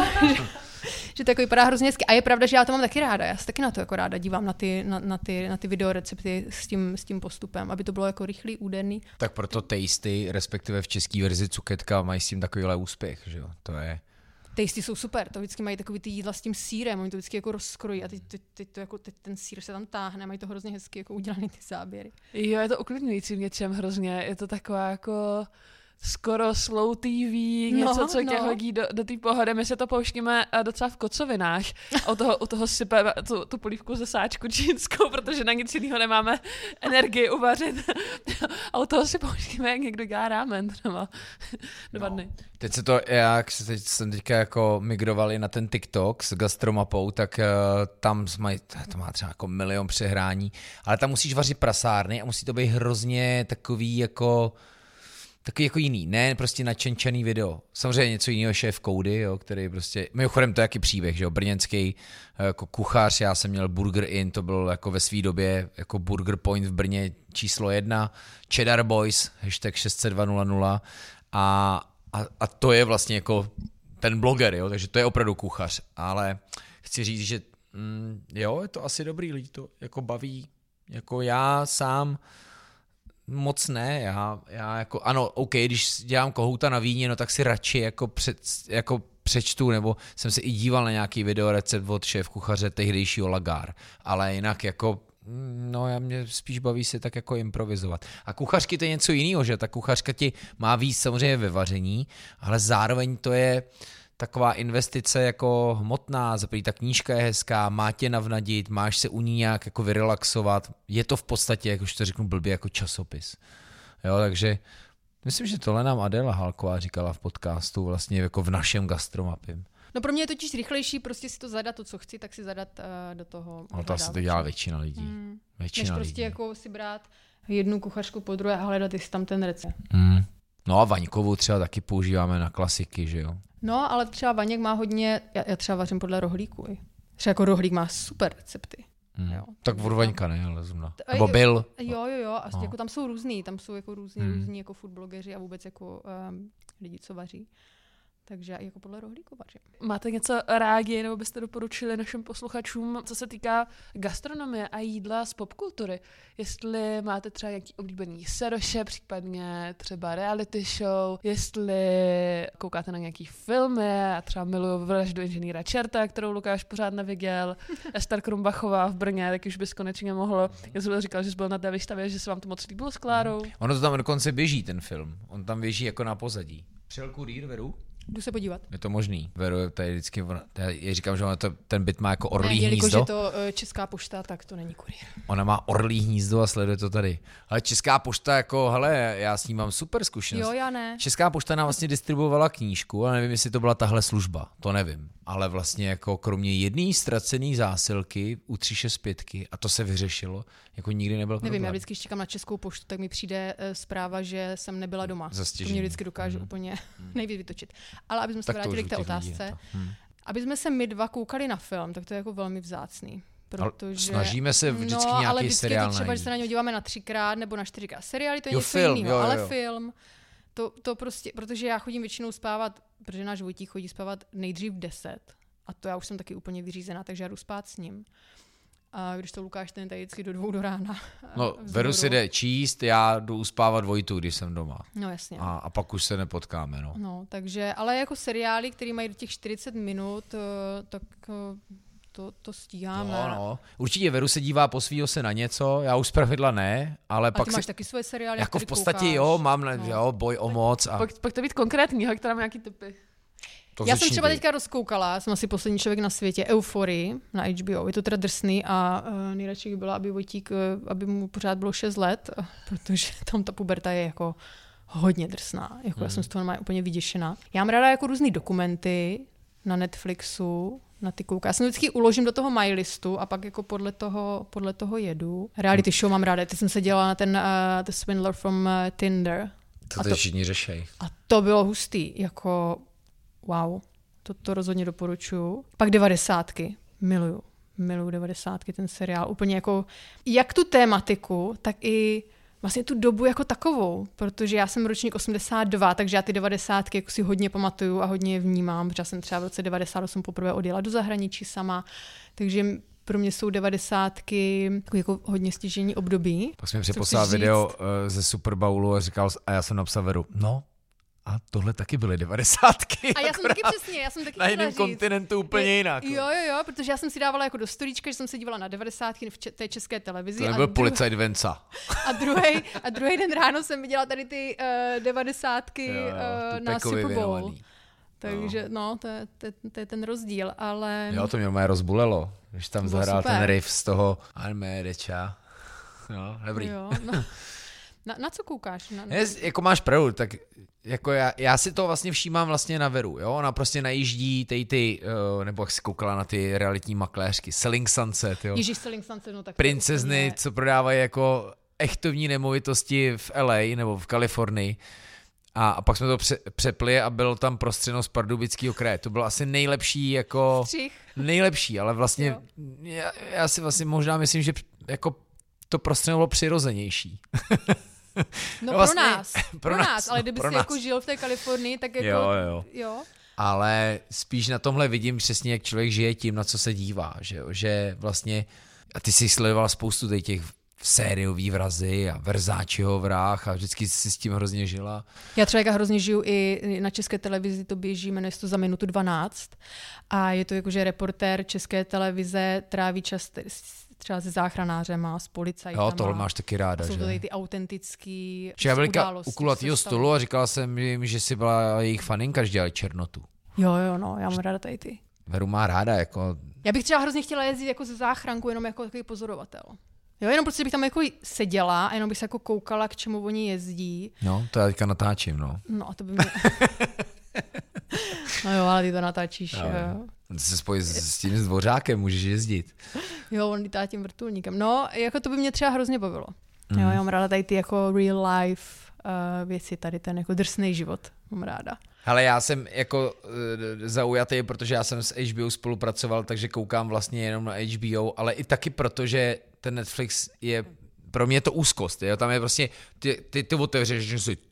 Že to jako vypadá hrozně hezky. A je pravda, že já to mám taky ráda. Já se taky na to jako ráda dívám, na ty, na, na ty, na ty videorecepty s tím, s tím postupem, aby to bylo jako rychlý, úderný. Tak proto Tasty, respektive v české verzi Cuketka, mají s tím takovýhle úspěch, že jo? To je... Tasty jsou super, to vždycky mají takový ty jídla s tím sýrem, oni to vždycky jako rozkrojí a teď, teď, teď, to jako, teď ten sýr se tam táhne, mají to hrozně hezky jako udělaný ty záběry. Jo, je to uklidňující v něčem hrozně, je to taková jako... skoro slow T V, něco, no, co tě no. hodí do, do té pohody. My se to pouštíme docela v kocovinách a u toho, u toho sypeme tu, tu polívku ze sáčku čínskou, protože na nic jiného nemáme energii uvařit. A u toho si pouštíme, jak někdo dělá rámen třeba dva dny. No. Teď se to, jak teď jsem teďka jako migrovali na ten TikTok s gastromapou, tak uh, tam mají, to má třeba jako milion přehrání, ale tam musíš vařit prasárny a musí to být hrozně takový jako takový jako jiný, ne prostě načenčený video. Samozřejmě něco jiného šéf Koudy, jo, který prostě, mimochodem to je jaký příběh, že jo, brněnský jako kuchař, já jsem měl Burger Inn, to byl jako ve své době jako Burger Point v Brně číslo jedna, Cheddar Boys, hashtag šest set dva nula nula a, a, a to je vlastně jako ten bloger, jo, takže to je opravdu kuchař, ale chci říct, že mm, jo, je to asi dobrý, lidi to jako baví, jako já sám moc ne, já, já jako, ano, OK, když dělám kohouta na víně, no tak si radši jako, před, jako přečtu, nebo jsem se i díval na nějaký videorecept od šéf kuchaře tehdejšího Lagar, ale jinak jako, no já mě spíš baví se tak jako improvizovat. A kuchařky to je něco jiného, že ta kuchařka ti má víc samozřejmě ve vaření, ale zároveň to je taková investice jako hmotná, zaprý ta knížka je hezká, má tě navnadit, máš se u ní nějak jako vyrelaxovat, je to v podstatě, jak už to řeknu blbě, jako časopis. Jo, takže myslím, že tohle nám Adéla Halková říkala v podcastu, vlastně jako v našem gastromapim. No pro mě je totiž rychlejší prostě si to zadat, to, co chci, tak si zadat uh, do toho. No to asi to dělá většina lidí. Mm. Většina Než prostě lidí. jako si brát jednu kuchařku po druhé a hledat, jestli tam ten recept. Mm. No a Vaňkovou třeba taky používáme na klasiky, že jo? No, ale třeba Vaněk má hodně, já, já třeba vařím podle rohlíku. I. Třeba jako rohlík má super recepty. Mm. Jo. Tak od Vaňka ne, ale zrovna. Nebo byl. Jo, jo, jo, a no. jako tam jsou různý, tam jsou jako různí, mm. různí jako food blogeři a vůbec jako um, lidi, co vaří. Takže jako podle rohlíku vařím. Máte něco rádi, nebo byste doporučili našim posluchačům, co se týká gastronomie a jídla z popkultury? Jestli máte třeba nějaký oblíbený seroše, případně třeba reality show, jestli koukáte na nějaký filmy, já třeba miluju Vraždu inženýra Čerta, kterou Lukáš pořád neviděl, Ester Krumbachová v Brně, tak už bys konečně mohl. Já jsem říkal, že jsi byl na té výstavě, že se vám to moc líbilo s Klárou. Ono to tam dokonce běží, ten film. On tam běží jako na pozadí. Přijel kurýr, Veru? Jdu se podívat. Je to možný. Veru, tady vždycky, já říkám, že ona to, ten byt má jako orlí ne, hnízdo. Jelikož je to uh, Česká pošta, tak to není kurýr. Ona má orlí hnízdo a sleduje to tady. Ale Česká pošta, jako, hele, já s ní mám super zkušenost. Jo, já ne. Česká pošta nám vlastně distribuovala knížku, ale nevím, jestli to byla tahle služba, to nevím. Ale vlastně jako kromě jedné ztracené zásilky u tři šest pět a to se vyřešilo, jako nikdy nebyl problém. Nevím, já vždycky, když čekám na Českou poštu, tak mi přijde uh, zpráva, že jsem nebyla doma. Zastěžení. To mě vždycky dokáže hmm. úplně hmm. nejvíc vytočit. Ale aby jsme se tak vrátili k té otázce, lidí, hmm. aby jsme se my dva koukali na film, tak to je jako velmi vzácný. Protože, snažíme se vždycky no, nějaký ale vždycky seriál je to třeba, najít. že se na něj díváme na třikrát nebo na čtyřikrát. Seriály to je jo, něco film, jiného, jo, jo, ale jo. film, to, to prostě, protože já chodím většinou spávat, protože náš Vojtík chodí spávat nejdřív v deset. A to já už jsem taky úplně vyřízená, takže já jdu spát s ním. A když to Lukáš, ten tady vždycky do dvou do rána. No, Veru si jde číst, já jdu uspávat Vojtu, když jsem doma. No jasně. A, a pak už se nepotkáme, no. No, takže, ale jako seriály, které mají do těch čtyřicet minut, tak to, to stíháme. No, no. Určitě Veru se dívá po svýho se na něco, já už zpravidla ne, ale a pak ty si... máš taky svoje seriály, jako v podstatě koukáš. jo, mám na, no. jo, Boj o moc a... Pak, pak to být konkrétní, jak tam nějaký typy. To Já jsem třeba ty. teďka rozkoukala, jsem asi poslední člověk na světě, Euforii na H B O. Je to teda drsný a uh, nejradši by byla, aby Vojtík, uh, aby mu pořád bylo šest let, uh, protože tam ta puberta je jako hodně drsná. Jako hmm. Já jsem z toho normálně úplně vyděšená. Já mám ráda jako různý dokumenty na Netflixu, na ty kouka. Já jsem vždycky uložím do toho my listu a pak jako podle toho, podle toho jedu. Reality show mám ráda. Teď jsem se dělala na ten uh, The Swindler from uh, Tinder. To teď všichni řešej. A to bylo hustý, jako wow, to, to rozhodně doporučuju. Pak devadesátky, miluju, miluju devadesátky, ten seriál, úplně jako, jak tu tématiku, tak i vlastně tu dobu jako takovou, protože já jsem ročník osmdesát dva, takže já ty devadesátky jako si hodně pamatuju a hodně je vnímám, protože já jsem třeba v roce devadesát osm poprvé odjela do zahraničí sama, takže pro mě jsou devadesátky jako hodně stěžejní období. Pak jsem mi přeposlal video uh, ze Super Bowlu a říkal, a já jsem napsal Veru, no, a tohle taky byly devadesátky. A já jsem taky přesně, já jsem taky na jiném kontinentu úplně je, jinak. Jo, jo, jo, protože já jsem si dávala jako do storíčka, že jsem se dívala na devadesátky v če- té české televizi. To nebyl dru- policajt Venca. A druhý a druhý den ráno jsem viděla tady ty uh, devadesátky jo, jo, uh, na Super Bowl. Věnovaný. Takže no, no to, je, to, to je ten rozdíl, ale... Jo, to mě moje rozbulelo, když tam zahrál super. ten riff z toho Armédeča. No, dobrý. Jo, no. Na, na co koukáš? Na, na... Je, jako máš pravdu, tak jako já, já si to vlastně všímám vlastně na Veru, jo, ona prostě najíždí tej ty, uh, nebo jak si koukala na ty realitní makléřky, Selling Sunset, jo. Ježíš, Selling Sunset, no tak... Princezny, úplně... co prodávají jako echtovní nemovitosti v L A nebo v Kalifornii. A, a pak jsme to pře- přepli a bylo tam prostřeno z Pardubického kraje. To bylo asi nejlepší jako... Střih. Nejlepší, ale vlastně já, já si vlastně možná myslím, že jako to prostřeno bylo přirozenější. No vlastně, pro nás, pro, pro nás, nás, ale kdyby pro jsi nás. jako žil v té Kalifornii, tak jako... Jo, jo. jo. Ale spíš na tomhle vidím přesně, jak člověk žije tím, na co se dívá, že, že vlastně, a ty jsi sledoval spoustu těch sériový vrazy a Verzáčeho vrah a vždycky si s tím hrozně žila. Já třeba hrozně žiju i na české televizi, to běží, jmenuje se to Za minutu dvanáct a je to jako, že reportér české televize tráví čas třeba se záchranářem a s policajtama. Jo, tohle máš taky ráda, jsou že? to tady ty autentický Čiže události. já u kulatýho stolu a říkala jsem jim, že jsi byla jejich faninka, že dělali Černotu. Jo, jo, no, já mám ráda tady ty. Veru má ráda, jako... Já bych třeba hrozně chtěla jezdit jako ze záchranku, jenom jako takový pozorovatel. Jo, jenom protože bych tam jako seděla a jenom bych se jako koukala, k čemu oni jezdí. No, to já teďka natáčím, no. No a to by mě... No jo, ale ty to natáčíš. No, jo. Ty se spojí s, s tím dvořákem, můžeš jezdit. Jo, on lítá tím vrtulníkem. No, jako to by mě třeba hrozně bavilo. Mm. Jo, já mám ráda tady ty jako real life uh, věci, tady ten jako drsný život. Mám ráda. Hele, já jsem jako uh, zaujatý, protože já jsem s H B O spolupracoval, takže koukám vlastně jenom na H B O, ale i taky proto, že ten Netflix je, pro mě je to úzkost, jo? Tam je prostě, ty, ty, ty otevřeš, že si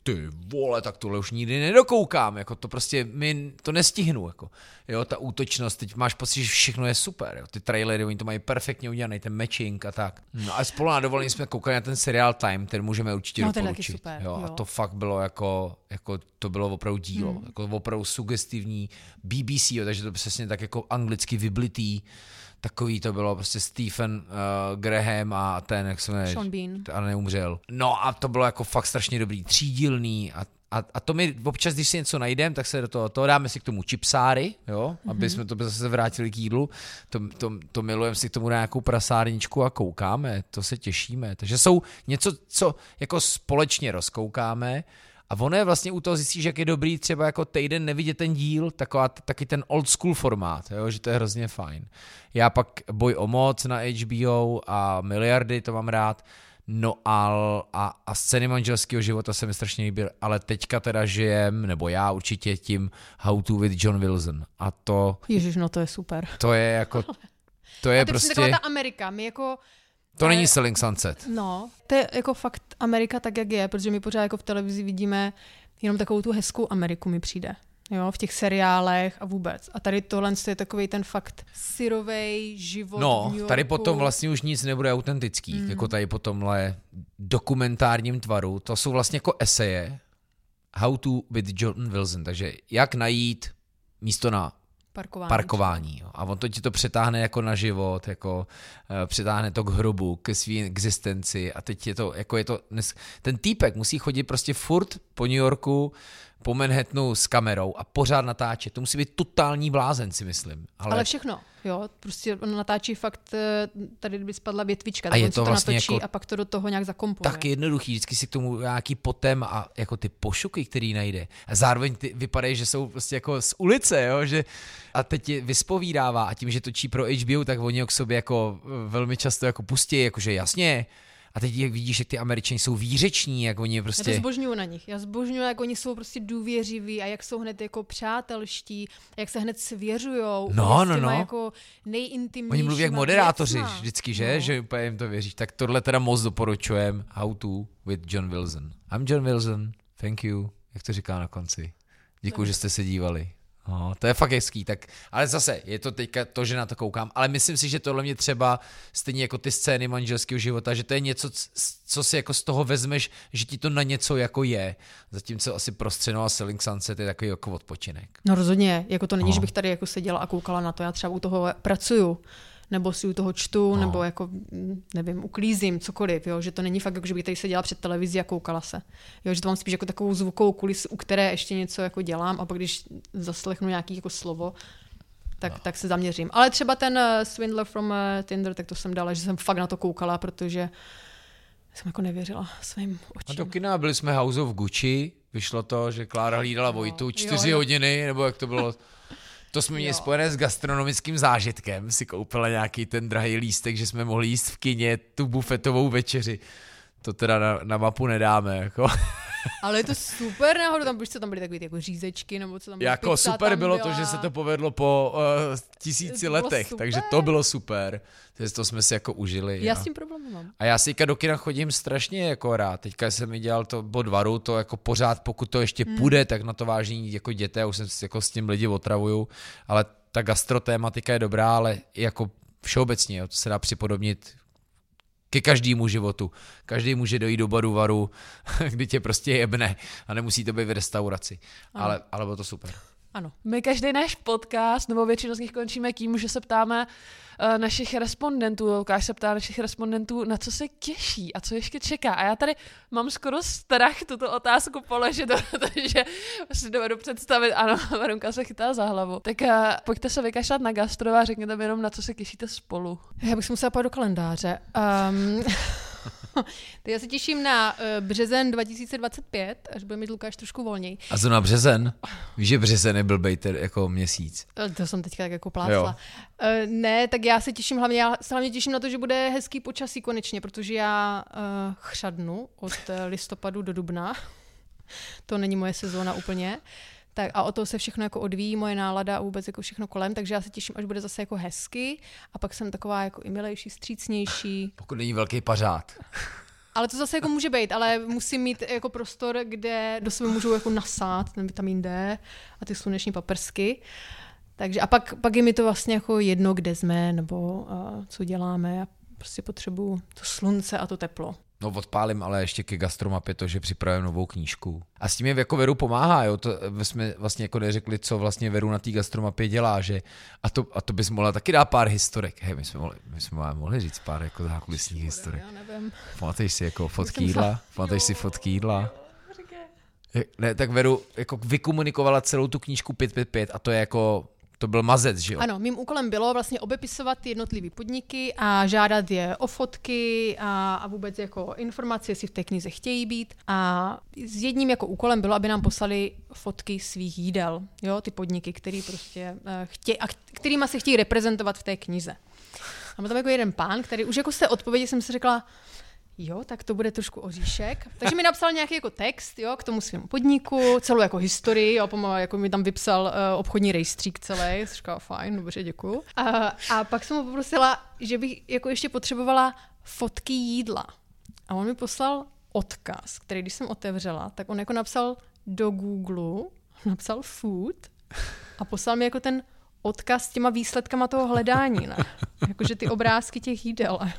ty vole, tak tohle už nikdy nedokoukám, jako to prostě, mi to nestihnu, jako, jo, ta útočnost, teď máš pocit, že všechno je super, jo, ty trailery, oni to mají perfektně udělaný, ten matching a tak. No a spolu na dovolení jsme koukali na ten seriál Time, ten můžeme určitě no, doporučit, super, jo, jo. A to fakt bylo jako, jako to bylo opravdu dílo, hmm. jako opravdu sugestivní B B C, jo, takže to přesně tak jako anglicky vyblitý, takový to bylo prostě Stephen uh, Graham a ten, jak se jmenuje, Sean Bean. Ale neumřel. No a to bylo jako fakt strašně dobrý, třídílný a, a, a to my občas, když si něco najdeme, tak se do toho, to dáme si k tomu čipsáry, jo, mm-hmm. aby jsme to zase vrátili k jídlu, to, to, to milujeme si k tomu na nějakou prasárničku a koukáme, to se těšíme. Takže jsou něco, co jako společně rozkoukáme. A ono je vlastně u toho zjistíš, jak je dobrý třeba jako týden nevidět ten díl, taková, taky ten old school formát, jo, že to je hrozně fajn. Já pak Boj o moc na H B O a Miliardy, to mám rád, no a, a, a Scény manželského života se mi strašně líbil, ale teďka teda žijem, nebo já určitě tím How to with John Wilson. A to... Ježiš, no to je super. To je jako... To je a to prostě... taková ta Amerika, my jako... To není Selling Sunset. No, to je jako fakt Amerika tak, jak je, protože my pořád jako v televizi vidíme jenom takovou tu hezkou Ameriku mi přijde. Jo, v těch seriálech a vůbec. A tady tohle je takový ten fakt syrovej život No, v New Yorku. tady potom vlastně už nic nebude autentický, mm. jako tady po tomhle dokumentárním tvaru. To jsou vlastně jako eseje How to with John Wilson, takže jak najít místo na Parkování. parkování. Jo. A on to ti to přetáhne jako na život, jako uh, přetáhne to k hrobu, ke své existenci a teď je to, jako je to, dnes, ten týpek musí chodit prostě furt po New Yorku, po Manhattanu s kamerou a pořád natáčet. To musí být totální blázen, si myslím. Ale, Ale všechno, jo, prostě on natáčí fakt, tady by spadla větvička, a tak je on to si to vlastně natočí jako a pak to do toho nějak zakompuje. tak jednoduchý, vždycky si k tomu nějaký potem a jako ty pošuky, který najde. A zároveň ty vypadají, že jsou prostě jako z ulice, jo, že a teď je vyspovídává a tím, že točí pro H B O, tak oni ho k sobě jako velmi často jako pustí, jakože jasně. A teď jak vidíš, jak ty Američani jsou výřeční, jak oni prostě... Já to zbožňuju na nich. Já zbožňuju, jak oni jsou prostě důvěřiví a jak jsou hned jako přátelští, jak se hned svěřujou. No, no, no. Jako nejintimnějšíma Oni mluví jak moderátoři věcma. vždycky, že? No. Že úplně jim to věříš. Tak tohle teda moc doporučujem. How to with John Wilson. I'm John Wilson. Thank you. Jak to říká na konci. Děkuji, že jste se dívali. No, to je fakt hezký, tak, ale zase, je to teďka to, že na to koukám, ale myslím si, že tohle mě třeba stejně jako ty scény manželského života, že to je něco, co si jako z toho vezmeš, že ti to na něco jako je, zatímco asi Prostřeno a Selling Sunset je takový jako odpočinek. No rozhodně, jako to není, no. že bych tady jako seděla a koukala na to, já třeba u toho pracuju, nebo si u toho čtu, no. nebo jako, nevím, uklízím, cokoliv, jo? Že to není fakt, jako, že bych tady seděla před televizí a koukala se. Jo? Že to mám spíš jako takovou zvukovou kulisu, u které ještě něco jako dělám a pak když zaslechnu nějaký jako slovo, tak, no. tak se zaměřím. Ale třeba ten uh, Swindler from uh, Tinder, tak to jsem dala, že jsem fakt na to koukala, protože jsem jako nevěřila svým očím. A do kina byli jsme House of Gucci, vyšlo to, že Klára hlídala no. Vojtu čtyři jo, hodiny, nebo jak to bylo... To jsme měli spojené s gastronomickým zážitkem, si koupila nějaký ten drahý lístek, že jsme mohli jíst v kině tu bufetovou večeři. To teda na, na mapu nedáme, jako. Ale je to super náhodou, tam, co tam byly takové jako řízečky, nebo co tam bylo. Jako pizza, super tam bylo byla... to, že se to povedlo po uh, tisíci to letech, super. takže to bylo super. Takže to jsme si jako užili. Já a... s tím problém mám. A já si teďka do kina chodím strašně jako rád. Teďka jsem mi dělal to Bodvaru, to jako pořád, pokud to ještě hmm. půjde, tak na to vážení jako děte, já už jsem jako s tím lidi otravuju, ale ta gastrotématika je dobrá, ale jako všeobecně, jo, to se dá připodobnit ke každému životu. Každý může dojít do Bodvaru, kdy tě prostě jebne a nemusí to být v restauraci. Ale, ale bylo to super. Ano. My každý náš podcast, nebo většinu z nich končíme tím, že se ptáme uh, našich respondentů, Lukáš se ptá našich respondentů, na co se těší a co ještě čeká. A já tady mám skoro strach tuto otázku položit, protože si dovedu představit, ano, Verunka se chytá za hlavu. Tak uh, pojďte se vykašlat na gastro a řekněte mi jenom, na co se těšíte spolu. Já bych se musela pojít do kalendáře. Um... Tak já se těším na uh, březen dva tisíce dvacet pět, až bude mít Lukáš trošku volněji. A co na březen? Víš, že březen je blbej jako měsíc. To jsem teďka tak jako plásla. Uh, ne, tak já se těším hlavně, já se hlavně těším na to, že bude hezký počasí konečně, protože já uh, chřadnu od uh, listopadu do dubna. To není moje sezóna úplně. Tak a o to se všechno jako odvíjí, moje nálada a vůbec jako všechno kolem, takže já se těším, až bude zase jako hezky a pak jsem taková jako i milejší, střícnější. Pokud není velký pařád. Ale to zase jako může být, ale musím mít jako prostor, kde do sebe můžu jako nasát ten vitamin D a ty sluneční paprsky. Takže a pak, pak je mi to vlastně jako jedno, kde jsme, nebo uh, co děláme. Já prostě potřebuju to slunce a to teplo. No odpálím ale ještě ke gastromapě to, že připravím novou knížku. A s tím je jako Veru pomáhá, jo, to jsme vlastně jako neřekli, co vlastně Veru na té gastromapě dělá, že a to, a to bys mohla taky dát pár historek. Hej, my jsme mohli, my jsme mohli říct pár jako zákulisních historek. Já nevím. Pamatuješ si jako fotky jídla? Pamatuješ si fotky jídla? Ne, tak Veru jako vykomunikovala celou tu knížku pět pět pět a to je jako to byl mazec, že jo? Ano, mým úkolem bylo vlastně obepisovat jednotlivý podniky a žádat je o fotky a, a vůbec jako informace, jestli v té knize chtějí být. A s jedním jako úkolem bylo, aby nám poslali fotky svých jídel, jo, ty podniky, který prostě uh, chtějí a kterýma se chtějí reprezentovat v té knize. A byl tam jako jeden pán, který už jako z té odpovědi jsem si řekla, jo, tak to bude trošku oříšek. Takže mi napsal nějaký jako text, jo, k tomu svému podniku, celou jako historii, jo, pomalu jako mi tam vypsal uh, obchodní rejstřík celý, jsem říkala, fajn, dobře, děkuju. A, a pak jsem mu poprosila, že bych jako ještě potřebovala fotky jídla. A on mi poslal odkaz, který když jsem otevřela, tak on jako napsal do Google, napsal food a poslal mi jako ten odkaz s těma výsledkama toho hledání, ne? Jakože ty obrázky těch jídel. A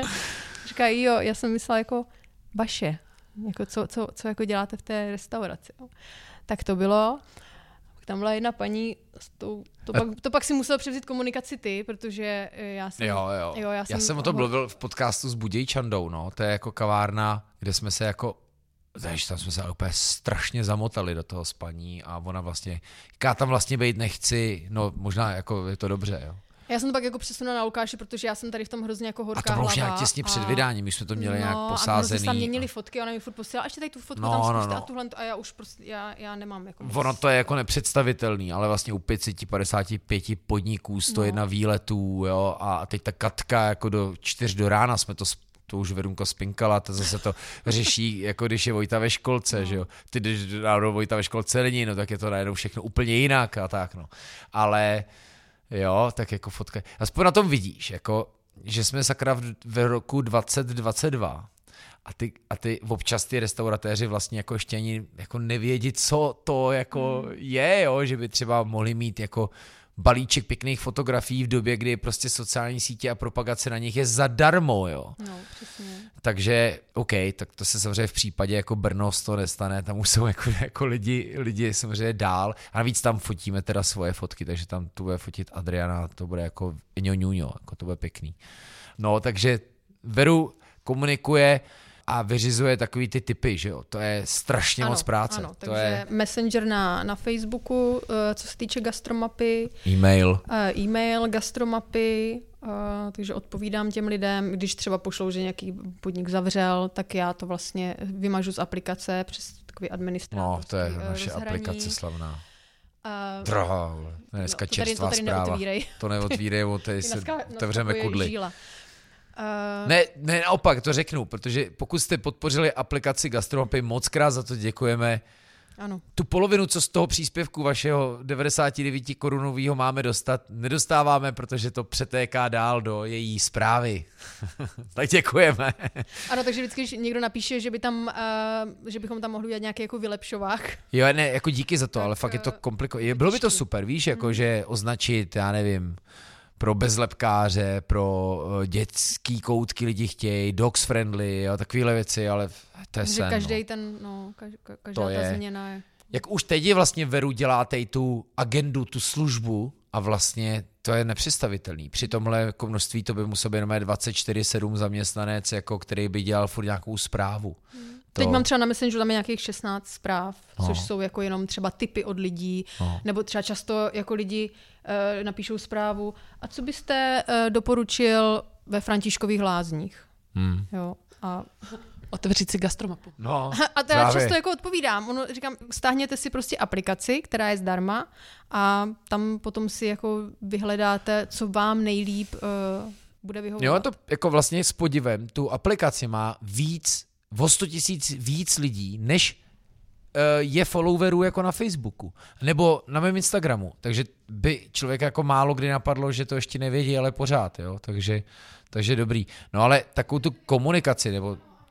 říkají, jo, já jsem myslela jako vaše, jako co, co, co jako děláte v té restauraci. Jo. Tak to bylo. Tam byla jedna paní, to, to, pak, to pak si musel převzít komunikaci ty, protože já jsem... Jo, jo. jo já, jsem, já jsem o tom mluvil v podcastu s Buděj Čandou, no. To je jako kavárna, kde jsme se jako... Takže tam jsme se úplně strašně zamotali do toho spaní a ona vlastně... Já tam vlastně být nechci, no možná jako je to dobře, jo. Já jsem to pak jako přesunula na Lukáši, protože já jsem tady v tom hrozně jako horká hlava. A to bylo už nějak těsně před vydáním, my jsme to měli no, nějak posázený. No a tam měnili fotky a ona mi furt posílala, ještě tady tu fotku no, tam zkuste no, no. a tuhle a já už prostě, já, já nemám jako... Ono to je jako nepředstavitelný, ale vlastně u pět set padesát pět podniků, sto jedna no. výletů, jo, a teď ta Katka jako do čtyř do rána jsme to to už Verunko spinkala, to zase to řeší, jako když je Vojta ve školce, no. že jo. Ty, když náhodou Vojta ve školce není, no tak je to najednou všechno úplně jinak a tak, no. Ale jo, tak jako fotka. Aspoň na tom vidíš, jako, že jsme sakra v, v roku dvacet dvacet dva a ty, a ty občas ty restauratéři vlastně jako ještě ani jako nevědí, co to jako hmm. je, jo, že by třeba mohli mít jako balíček pěkných fotografií v době, kdy prostě sociální sítě a propagace na nich je zadarmo, jo. No, přesně. Takže, OK, tak to se samozřejmě v případě jako Brno z toho nestane, tam už jsou jako, jako lidi, lidi samozřejmě dál a navíc tam fotíme teda svoje fotky, takže tam tu bude fotit Adriana, to bude jako ňoňuňo, jako to bude pěkný. No, takže Veru komunikuje a vyřizuje takový ty typy, že jo, to je strašně ano, moc práce. Ano, to takže je... Messenger na, na Facebooku, co se týče gastromapy. E-mail. E-mail, gastromapy, takže odpovídám těm lidem, když třeba pošlou, že nějaký podnik zavřel, tak já to vlastně vymažu z aplikace přes takový administrátor. No, to je naše rozhraní. Aplikace slavná. Uh, Drahá, dneska no, to tady, čerstvá to tady zpráva. Neotvírej. To neotvírej, o té se otevřeme kudly. Žíla. Uh... Ne, ne, naopak, to řeknu, protože pokud jste podpořili aplikaci Gastromapy, moc krát za to děkujeme. Ano. Tu polovinu, co z toho příspěvku vašeho devadesát devět korunového máme dostat, nedostáváme, protože to přetéká dál do její zprávy. Tak děkujeme. Ano, takže vždycky, když někdo napíše, že, by tam, uh, že bychom tam mohli udělat nějaký jako vylepšovák. Jo, ne, jako díky za to, tak, ale fakt je to uh, komplikované. Bylo by to super, víš, jako mm. že označit, já nevím, pro bezlepkáře, pro uh, dětský koutky lidi chtějí, dogs friendly, jo, takovéhle věci, ale to je sen. Každý no. ten, no, každá, každá to ta je. změna je. Jak už teď je vlastně Veru děláte tu agendu, tu službu a vlastně to je nepředstavitelný. Při tomhle jako množství to by musel být jenom dvacet čtyři sedm zaměstnanec, jako který by dělal furt nějakou zprávu. Hmm. To... Teď mám třeba na Messengeru tam je nějakých šestnáct zpráv, no. což jsou jako jenom třeba tipy od lidí, no. nebo třeba často jako lidi uh, napíšou zprávu. A co byste uh, doporučil ve Františkových Lázních? Hmm. Jo, a... Otevřít si gastromapu. No, a to já často jako odpovídám. Ono, říkám, stáhněte si prostě aplikaci, která je zdarma a tam potom si jako vyhledáte, co vám nejlíp uh, bude vyhovovat. Jo, to jako vlastně s podivem, tu aplikaci má víc, o sto tisíc víc lidí, než uh, je followerů jako na Facebooku, nebo na mém Instagramu. Takže by člověk jako málo kdy napadlo, že to ještě nevědí, ale pořád, jo, takže, takže dobrý. No ale takovou tu komunikaci, nebo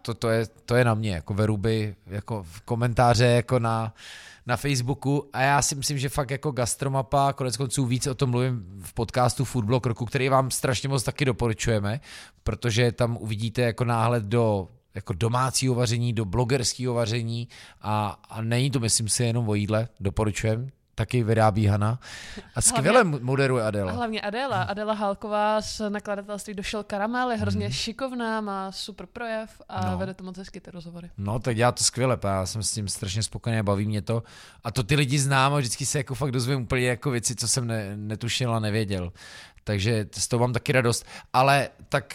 to, to, je, to je na mě, jako Veruby, jako v komentáře, jako na, na Facebooku a já si myslím, že fakt jako Gastromapa, konec konců víc o tom mluvím v podcastu Foodblog roku, který vám strašně moc taky doporučujeme, protože tam uvidíte jako náhled do jako domácího vaření, do blogerského vaření a, a není to, myslím si, jenom o jídle, doporučujem. Taky vyrábí Hana. A skvěle hlavně, moderuje Adéla. A hlavně Adéla. Adéla Hálková z nakladatelství Došel karamel je hrozně hmm. šikovná, má super projev a no. vede to moc hezky ty rozhovory. No, tak dělá to skvěle, já jsem s tím strašně spokojený, baví mě to. A to ty lidi znám a vždycky se jako fakt dozvím úplně jako věci, co jsem ne, netušil a nevěděl. Takže z toho mám taky radost. Ale tak,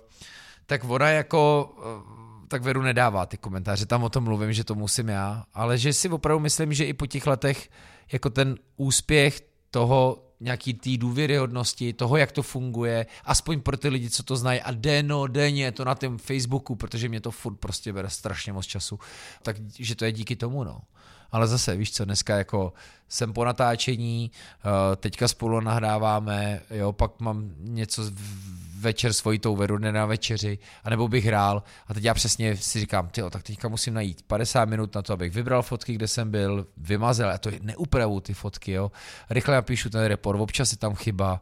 tak ona jako... tak Veru nedává ty komentáře, tam o tom mluvím, že to musím já, ale že si opravdu myslím, že i po těch letech jako ten úspěch toho nějaký té důvěryhodnosti, toho, jak to funguje, aspoň pro ty lidi, co to znají a deno, denně to na tom Facebooku, protože mě to furt prostě bere strašně moc času, takže to je díky tomu, no. Ale zase, víš co, dneska jako jsem po natáčení, teďka spolu nahráváme, jo, pak mám něco večer svojí tou Veru na večeři, anebo bych hrál a teď já přesně si říkám, tyjo, tak teďka musím najít padesát minut na to, abych vybral fotky, kde jsem byl, vymazal, a to neupravu ty fotky, jo, rychle napíšu ten report, občas je tam chyba,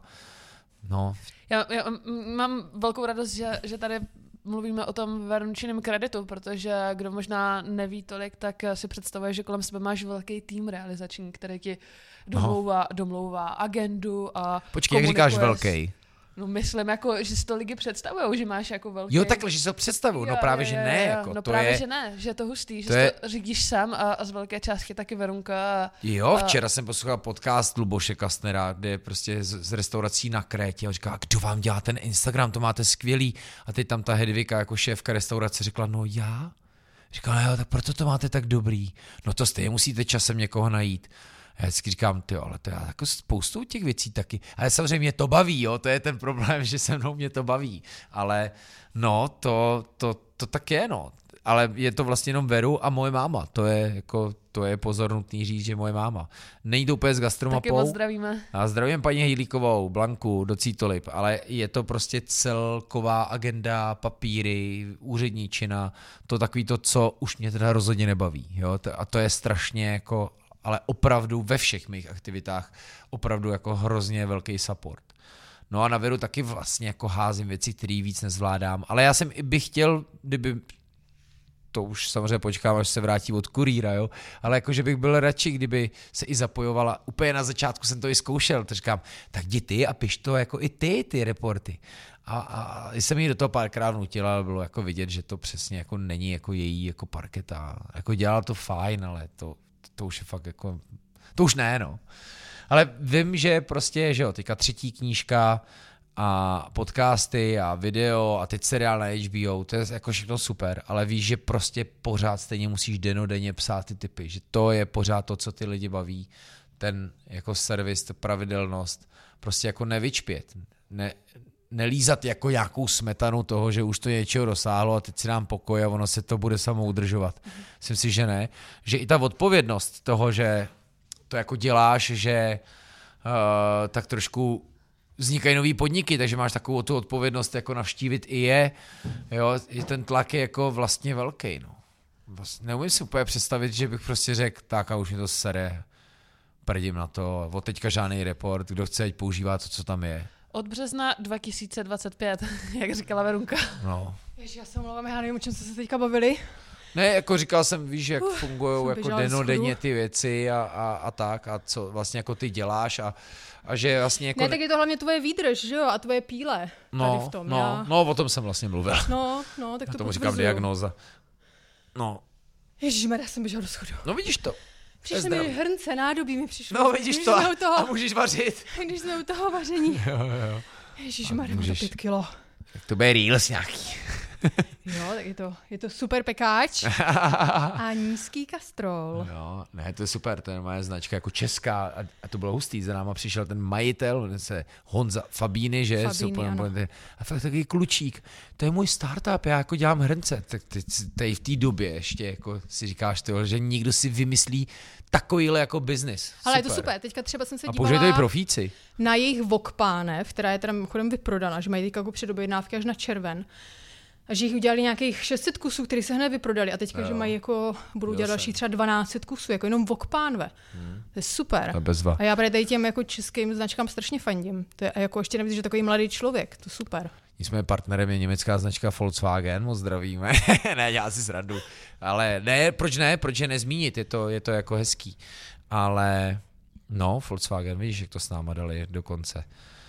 no. Já, já mám velkou radost, že, že tady mluvíme o tom Verunčiném kreditu, protože kdo možná neví tolik, tak si představuje, že kolem sebe máš velký tým realizační, který ti domlouvá, domlouvá agendu a počkej, jak říkáš velký? No myslím, jako, že si to lidi představujou, že máš jako velký... Jo, takhle, že se to představují, no právě, jo, že ne. Jako, no to právě, je... že ne, že je to hustý, že to to, je... to řídíš sám a, a z velké částky taky Verunka. A, jo, včera a... jsem poslouchal podcast Luboše Kastnera, kde je prostě z, z restaurací na Krétě a říká, kdo vám dělá ten Instagram, to máte skvělý. A teď tam ta Hedvika jako šéfka restaurace řekla, no já? Říkala, jo, tak proto to máte tak dobrý. No to stejně musíte časem někoho najít. Já vždycky říkám, ty ale to já jako spoustu těch věcí taky. Ale samozřejmě mě to baví, jo, to je ten problém, že se mnou mě to baví. Ale no, to, to, to tak je, no. Ale je to vlastně jenom Veru a moje máma. To je jako, to je pozornutný říct, že moje máma. Není to úplně s Gastromapou. Taky moc zdravíme. A zdravím paní Hejlíkovou, Blanku, do Cítolip, ale je to prostě celková agenda, papíry, úředníčina, to takový to, co už mě teda rozhodně nebaví, jo. A to je strašně jako... ale opravdu ve všech mých aktivitách opravdu jako hrozně velký support. No a na Veru taky vlastně jako házím věci, které víc nezvládám, ale já jsem i bych chtěl, kdyby, to už samozřejmě počkám, až se vrátí od kurýra, jo, ale jakože bych byl radši, kdyby se i zapojovala, úplně na začátku jsem to i zkoušel, to říkám, tak jdi ty a piš to jako i ty, ty reporty. A, a jsem jí do toho párkrát vnutila, ale bylo jako vidět, že to přesně jako není jako její jako parketa. Jako dělala to fajn, ale to to už je fakt jako, to už ne, no. Ale vím, že prostě, že jo, teďka třetí knížka a podcasty a video a teď seriál na H B O, to je jako všechno super, ale víš, že prostě pořád stejně musíš denodenně psát ty typy, že to je pořád to, co ty lidi baví, ten jako servis, ta pravidelnost, prostě jako nevyčpět, ne, nelízat jako nějakou smetanu toho, že už to něčeho dosáhlo a teď si dám pokoj a ono se to bude samo udržovat. Mm-hmm. Myslím si, že ne. Že i ta odpovědnost toho, že to jako děláš, že uh, tak trošku vznikají nový podniky, takže máš takovou tu odpovědnost jako navštívit i je. Jo, i ten tlak je jako vlastně velký. No. Vlastně neumím si úplně představit, že bych prostě řekl, tak a už mi to sere, prdím na to, od teďka žádný report, kdo chce, ať používá to, co tam je. Od března dva tisíce dvacet pět, jak říkala Verunka. No. Ježi, já se omlouvám, já nevím, o čem jste se teďka bavili. Ne, jako říkal jsem, víš, jak uh, fungují jako denodenně ty věci a, a, a tak a co vlastně jako ty děláš a, a že vlastně jako... Ne, tak je to hlavně tvoje výdrž, že jo, a tvoje píle no, tady v tom. No, já... no, o tom jsem vlastně mluvil. No, no, tak já to tomu potvrzuju. říkám diagnóza. No. Ježišmarja, já jsem běžel do schodu. No vidíš to. Přišly mi hrnce, nádobí mi přišlo. No vidíš to a, toho, a můžeš vařit. Když jsme u toho vaření. Jo, jo. Ježišmarja, můžeš... to pět kilo. Tak to bude reels nějaký. Jo, tak je to, je to super pekáč a nízký kastrol. No, ne, to je super, to je moje značka jako česká a, a to bylo hustý, za náma přišel ten majitel, se Honza Fabíny, že? Fabíny, super, ano. A fakt takový klučík, to je můj startup, já jako dělám hrnce, tak tady v té době ještě jako si říkáš to, že nikdo si vymyslí takovýhle jako biznis. Ale je to super, teďka třeba jsem se a dívala použili to i profíci. Na jejich Wok pánev, která je teda mimochodem vyprodaná, že mají teďka jako předobjednávky až na červen. A že jich udělali nějakých šest set kusů, který se hned vyprodali a teďka, jo. že mají jako, budou dělat další třeba dvanáct set kusů, jako jenom vokpánve. Hmm. To je super. To je bezva. A já právě tady těm jako českým značkám strašně fandím. To je, a jako ještě nevíš, že takový mladý člověk, to super. Jsme partnerem je německá značka Volkswagen, moc zdravíme. Ne, já si srandu. Ale ne, proč ne, proč je nezmínit, je to, je to jako hezký. Ale no, Volkswagen, vidíš, jak to s náma dali dokonce.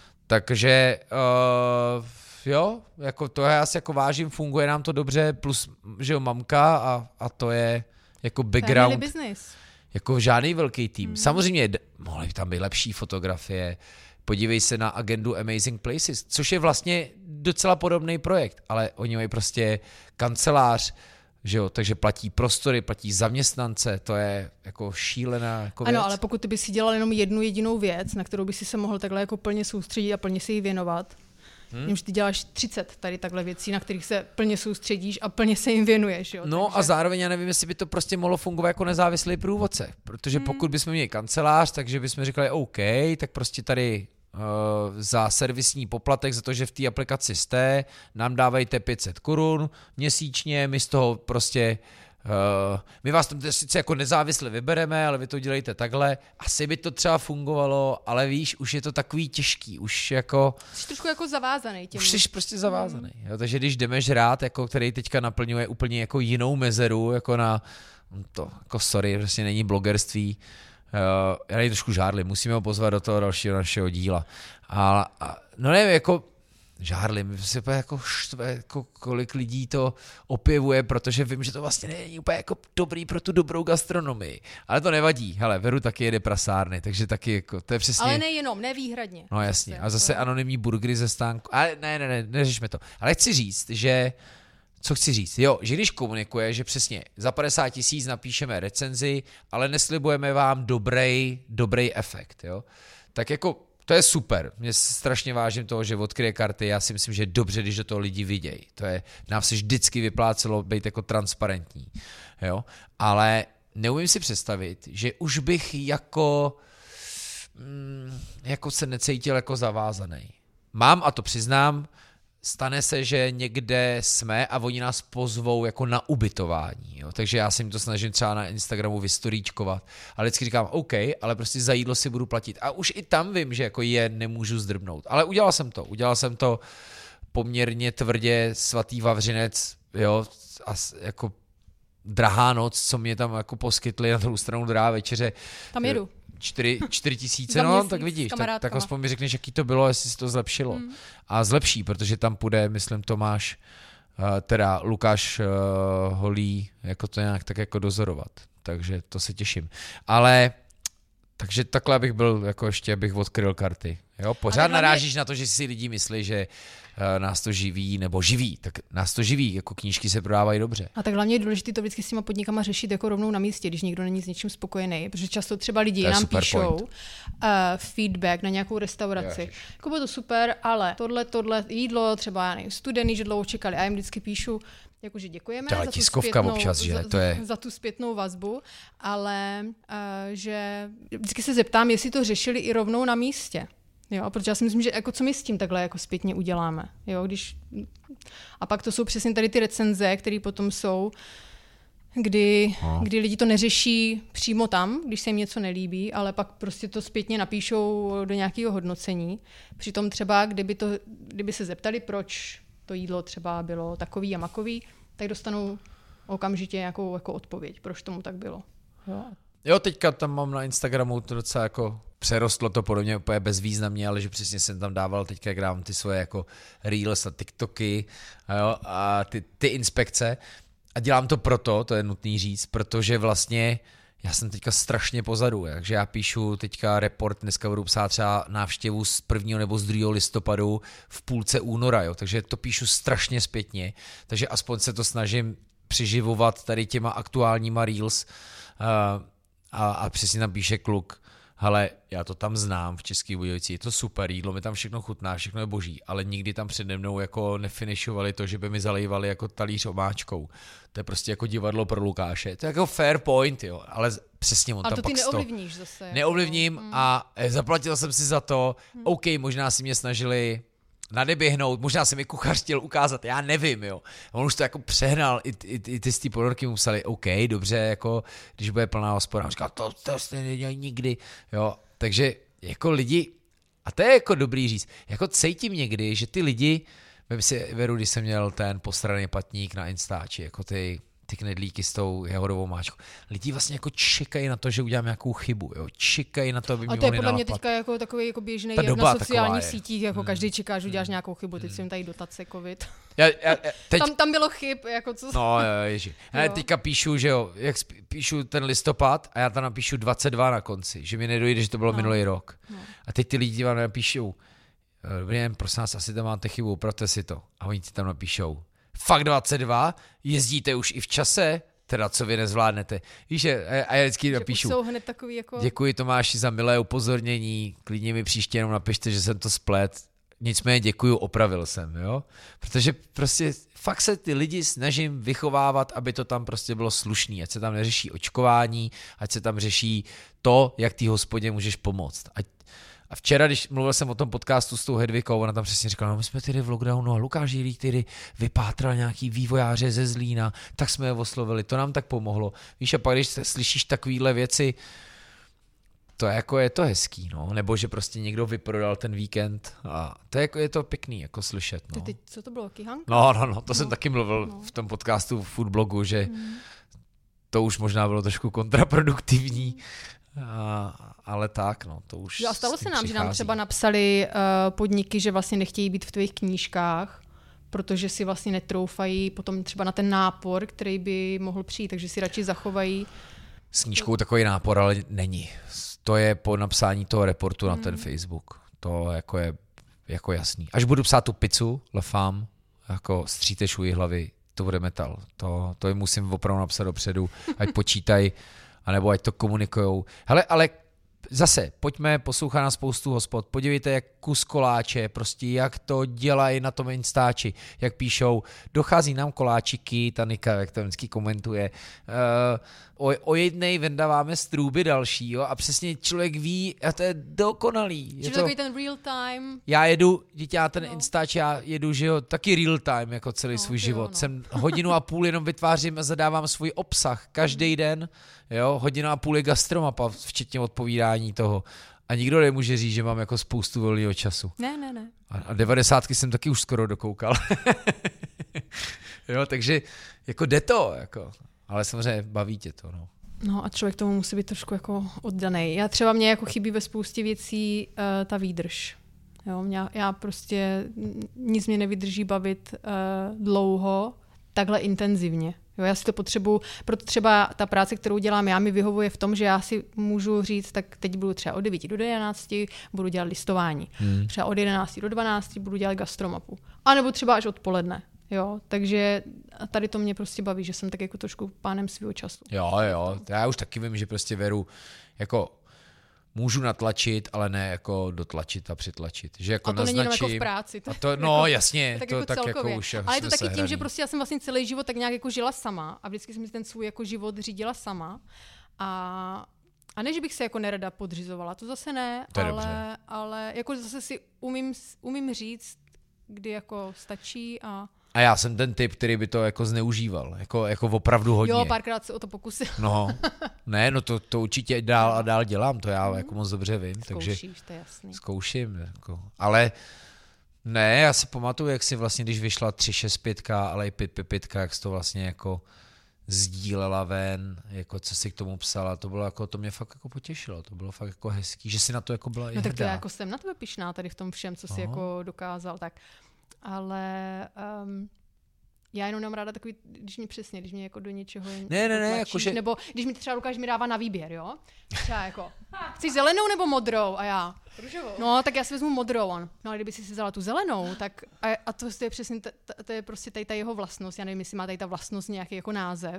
Takže uh, jo, jako to já si jako vážím, funguje nám to dobře, plus, že jo, mamka a, a to je jako background. Business. Jako žádný velký tým. Hmm. Samozřejmě mohly tam být lepší fotografie, podívej se na agendu Amazing Places, což je vlastně docela podobný projekt, ale oni mají prostě kancelář, že jo, takže platí prostory, platí zaměstnance, to je jako šílená jako věc. Ano, ale pokud ty by si dělal jenom jednu jedinou věc, na kterou by si se mohl takhle jako plně soustředit a plně si ji věnovat, Hmm. Když ty děláš třicet tady takhle věcí, na kterých se plně soustředíš a plně se jim věnuješ. Jo? No takže... a zároveň já nevím, jestli by to prostě mohlo fungovat jako nezávislý průvodce, protože hmm. pokud bychom měli kancelář, takže bychom říkali OK, tak prostě tady uh, za servisní poplatek, za to, že v té aplikaci jste, nám dávejte pět set korun měsíčně, my z toho prostě Uh, my vás tam sice jako nezávisle vybereme, ale vy to dělejte takhle. Asi by to třeba fungovalo, ale víš, už je to takový těžký, už jako... Jsi trošku jako zavázaný těm. Už jsi prostě zavázaný. Mm. Jo, takže když jdeme žrát, jako, který teďka naplňuje úplně jako jinou mezeru, jako na... To, jako sorry, prostě není blogerství. Uh, já nejde trošku žárli, musíme ho pozvat do toho dalšího našeho díla. A, a no nevím, jako... Žárli, si jako štve, jako kolik lidí to opěvuje, protože vím, že to vlastně není úplně jako dobrý pro tu dobrou gastronomii. Ale to nevadí, hele, Veru taky jede prasárny, takže taky jako, to je přesně... Ale nejenom, ne výhradně. No jasně, a zase anonymní burgery ze stánku, ale ne, ne, ne, neřešme to. Ale chci říct, že, co chci říct, jo, že když komunikuje, že přesně za padesát tisíc napíšeme recenzi, ale neslibujeme vám dobrý, dobrý efekt, jo, tak jako to je super, mě strašně vážím toho, že odkryje karty, já si myslím, že je dobře, když do toho lidi vidějí. To je, nám se vždycky vyplácelo být jako transparentní, jo, ale neumím si představit, že už bych jako, mm, jako se necítil jako zavázaný. Mám, a to přiznám, stane se, že někde jsme a oni nás pozvou jako na ubytování, jo? Takže já se jim to snažím třeba na Instagramu vystoríčkovat, ale vždycky říkám OK, ale prostě za jídlo si budu platit a už i tam vím, že jako je nemůžu zdrbnout, ale udělal jsem to, udělal jsem to poměrně tvrdě, svatý Vavřinec, jo, a jako drahá noc, co mě tam jako poskytli, na druhou stranu drahá večeře. Tam jedu. Čtyři, čtyři tisíce, no, tak vidíš, tak, tak aspoň mi řekneš, jaký to bylo, jestli si to zlepšilo. Hmm. A zlepší, protože tam půjde, myslím, Tomáš, uh, teda Lukáš uh, Holý, jako to nějak tak jako dozorovat. Takže to se těším. Ale, takže takhle bych byl, jako ještě abych odkryl karty. Jo, pořád narážíš mě... na to, že si lidi myslí, že uh, nás to živí, nebo živí, tak nás to živí, jako knížky se prodávají dobře. A tak hlavně je důležité to vždycky s těma podnikama řešit jako rovnou na místě, když někdo není s něčím spokojený, protože často třeba lidi nám píšou uh, feedback na nějakou restauraci. Ježiš. Jako bylo to super, ale tohle, tohle jídlo, třeba já nevím, studený, že dlouho čekali, a jim vždycky píšu, jakože děkujeme za tu, zpětnou, občas, že? To je... za, za tu zpětnou vazbu, ale uh, že vždycky se zeptám, jestli to řešili i rovnou na místě. Jo, protože já si myslím, že jako co my s tím takhle jako zpětně uděláme. Jo, když... A pak to jsou přesně tady ty recenze, které potom jsou, kdy, no. kdy lidi to neřeší přímo tam, když se jim něco nelíbí, ale pak prostě to zpětně napíšou do nějakého hodnocení. Přitom třeba, kdyby, to, kdyby se zeptali, proč to jídlo třeba bylo takový a makový, tak dostanou okamžitě nějakou jako odpověď, proč tomu tak bylo. Jo. Jo, teďka tam mám na Instagramu to docela jako přerostlo to podobně úplně bezvýznamně, ale že přesně jsem tam dával teďka, jak dávám ty svoje jako reels a TikToky a, jo, a ty, ty inspekce a dělám to proto, to je nutný říct, protože vlastně já jsem teďka strašně pozadu, takže já píšu teďka report, dneska budu psát třeba návštěvu z prvního nebo z druhého listopadu v půlce února, jo, takže to píšu strašně zpětně, takže aspoň se to snažím přiživovat tady těma aktuálníma reels uh, a, a přesně tam píše kluk, hele, já to tam znám v Českých Budějovicích, je to super, jídlo mi tam všechno chutná, všechno je boží, ale nikdy tam přede mnou jako nefinišovali to, že by mi zalejvali jako talíř omáčkou. To je prostě jako divadlo pro Lukáše. To je jako fair point, jo, ale přesně on ale tam to pak ty neovlivníš zase. Neovlivním jako. a zaplatil jsem si za to, hmm. OK, možná si mě snažili nadeběhnout, možná se mi kuchař chtěl ukázat, já nevím, jo. On už to jako přehnal, i, i, i ty z té ponorky mu psali, OK, dobře, jako, když bude plná hospoda. On říkal, to, to jste nedělali nikdy, jo. Takže jako lidi, a to je jako dobrý říct, jako cítím někdy, že ty lidi, vem si, Veru, když jsem měl ten posraný patník na Instači, jako ty, ty knedlíky s tou jahodovou máčkou. Lidi vlastně jako čekají na to, že udělám nějakou chybu, jo. Čekají na to, aby mi mohli mohli A to je podle mě nápad. teďka jako takový jako běžný Ta jak na doba sociálních taková je. sítích, jako Hmm. každý čeká, že uděláš nějakou chybu, teď jsem tady dotace covid. Já, já, já, teď, Tam, tam bylo chyb, jako co no, jo, ježi. Já teďka píšu, že jo, jak sp- píšu ten listopad a já tam napíšu dvacet dva na konci, že mi nedojde, že to bylo No. minulý rok. No. A teď ty lidi vám napíšou, dobrý den, prosím vás, asi tam máte chybu, upravte si to. A oni ti tam napíšou, fakt dvacet dva? Jezdíte už i v čase? Teda co vy nezvládnete. Víš, že, a já vždycky Že napíšu, už jsou hned takový jako... děkuji Tomáši za milé upozornění, klidně mi příště jenom napište, že jsem to splet. Nicméně děkuju, opravil jsem, jo? Protože prostě fakt se ty lidi snažím vychovávat, aby to tam prostě bylo slušný, ať se tam neřeší očkování, ať se tam řeší to, jak té hospodě můžeš pomoct. Ať A včera, když mluvil jsem o tom podcastu s tou Hedvikou, ona tam přesně říkala, no my jsme tedy v lockdownu a Lukáš Jilík tedy vypátral nějaký vývojáře ze Zlína, tak jsme je oslovili, to nám tak pomohlo. Víš, a pak když slyšíš takovýhle věci, to je jako je to hezký, no, nebo že prostě někdo vyprodal ten víkend a to je, jako, je to pěkný jako slyšet, no. Teď, co to bylo, Kihanka? No, no, no, to No. jsem taky mluvil No. v tom podcastu v Foodblogu, že Mm. to už možná bylo trošku kontraproduktivní, a, ale tak, no, to už A stalo s tím se nám, že nám přichází. třeba napsali uh, podniky, že vlastně nechtějí být v tvých knížkách, protože si vlastně netroufají potom třeba na ten nápor, který by mohl přijít, takže si radši zachovají. S knížkou takový nápor, ale není. To je po napsání toho reportu na Hmm. ten Facebook. To jako je jako jasný. Až budu psát tu pizzu, La Femme, jako stříteš u její hlavy, to bude metal. To, to jim musím opravdu napsat dopředu, ať počítají, anebo ať to komunikujou. Hele, ale zase, pojďme, poslouchat na spoustu hospod, podívejte, jak kus koláče, prostě jak to dělají na tom Instači, jak píšou, dochází nám koláčiky, ta Nika, jak to vždycky komentuje, uh, o, o jednej vendáváme z trůby další, jo, a přesně člověk ví, a to je dokonalý. Je Že to, takový ten real time. já jedu, dítě, já ten No. Instač, já jedu, že jo, taky real time, jako celý No, svůj ty jo, život. no. Jsem hodinu a půl jenom vytvářím a zadávám svůj obsah každý den, jo, hodina a půl je gastromapa, včetně odpovídání toho. A nikdo nemůže říct, že mám jako spoustu volného času. Ne, ne, ne. A, a devadesátky jsem taky už skoro dokoukal. Jo, takže jako jde to, jako. Ale samozřejmě baví tě to, no. No a člověk tomu musí být trošku jako oddaný. Já třeba mě jako chybí ve spoustě věcí uh, ta výdrž. Jo, mě, já prostě nic mě nevydrží bavit uh, dlouho, takhle intenzivně. Jo, já si to potřebuju, proto třeba ta práce, kterou dělám já, mi vyhovuje v tom, že já si můžu říct, tak teď budu třeba od devíti do jedenácti, budu dělat listování. Hmm. Třeba od jedenácti do dvanácti budu dělat gastromapu. A nebo třeba až odpoledne. Jo, takže tady to mě prostě baví, že jsem tak jako trošku pánem svého času. Jo, jo, já už taky vím, že prostě Veru jako můžu natlačit, ale ne jako dotlačit a přitlačit. Že jako A to naznačím, není jenom jako v práci. To, a to, no jako, jasně, tak to jako tak celkově. jako už Ale je to jsme taky tím, sehraný. že prostě já jsem vlastně celý život tak nějak jako žila sama a vždycky jsem si ten svůj jako život řídila sama. A, a ne, že bych se jako nerada podřizovala, to zase ne, To je ale, dobře. ale jako zase si umím, umím říct, kdy jako stačí a A já jsem ten typ, který by to jako zneužíval, jako, jako opravdu hodně. jo, párkrát se o to pokusil. No, ne, no to, to určitě dál a dál dělám, to já jako moc dobře vím, takže Zkoušíš, to je jasný. zkouším, jako. Ale ne, já si pamatuju, jak si vlastně, když vyšla tři šest pět, ale i pět pět pět, jak jsi to vlastně jako sdílela ven, jako co si k tomu psala, to bylo jako, to mě fakt jako potěšilo, to bylo fakt jako hezký, že si na to jako byla i No tak to hrdá. já jako jsem na tebe pyšná tady v tom všem, co jsi Aha. jako dokázal, tak. Ale um, já jenom nemám ráda takový, když mě přesně, když mě jako do něčeho Ne, ne, ne, tlačíš, jakože- nebo když mi třeba Lukáš mi dává na výběr, jo? Třeba jako, chceš zelenou nebo modrou? A já, Růžovou. no tak já si vezmu modrou. On. No a kdyby si si vzala tu zelenou, tak a, a to, to je přesně, to, to je prostě tady ta jeho vlastnost, já nevím, jestli má tady ta vlastnost nějaký jako název,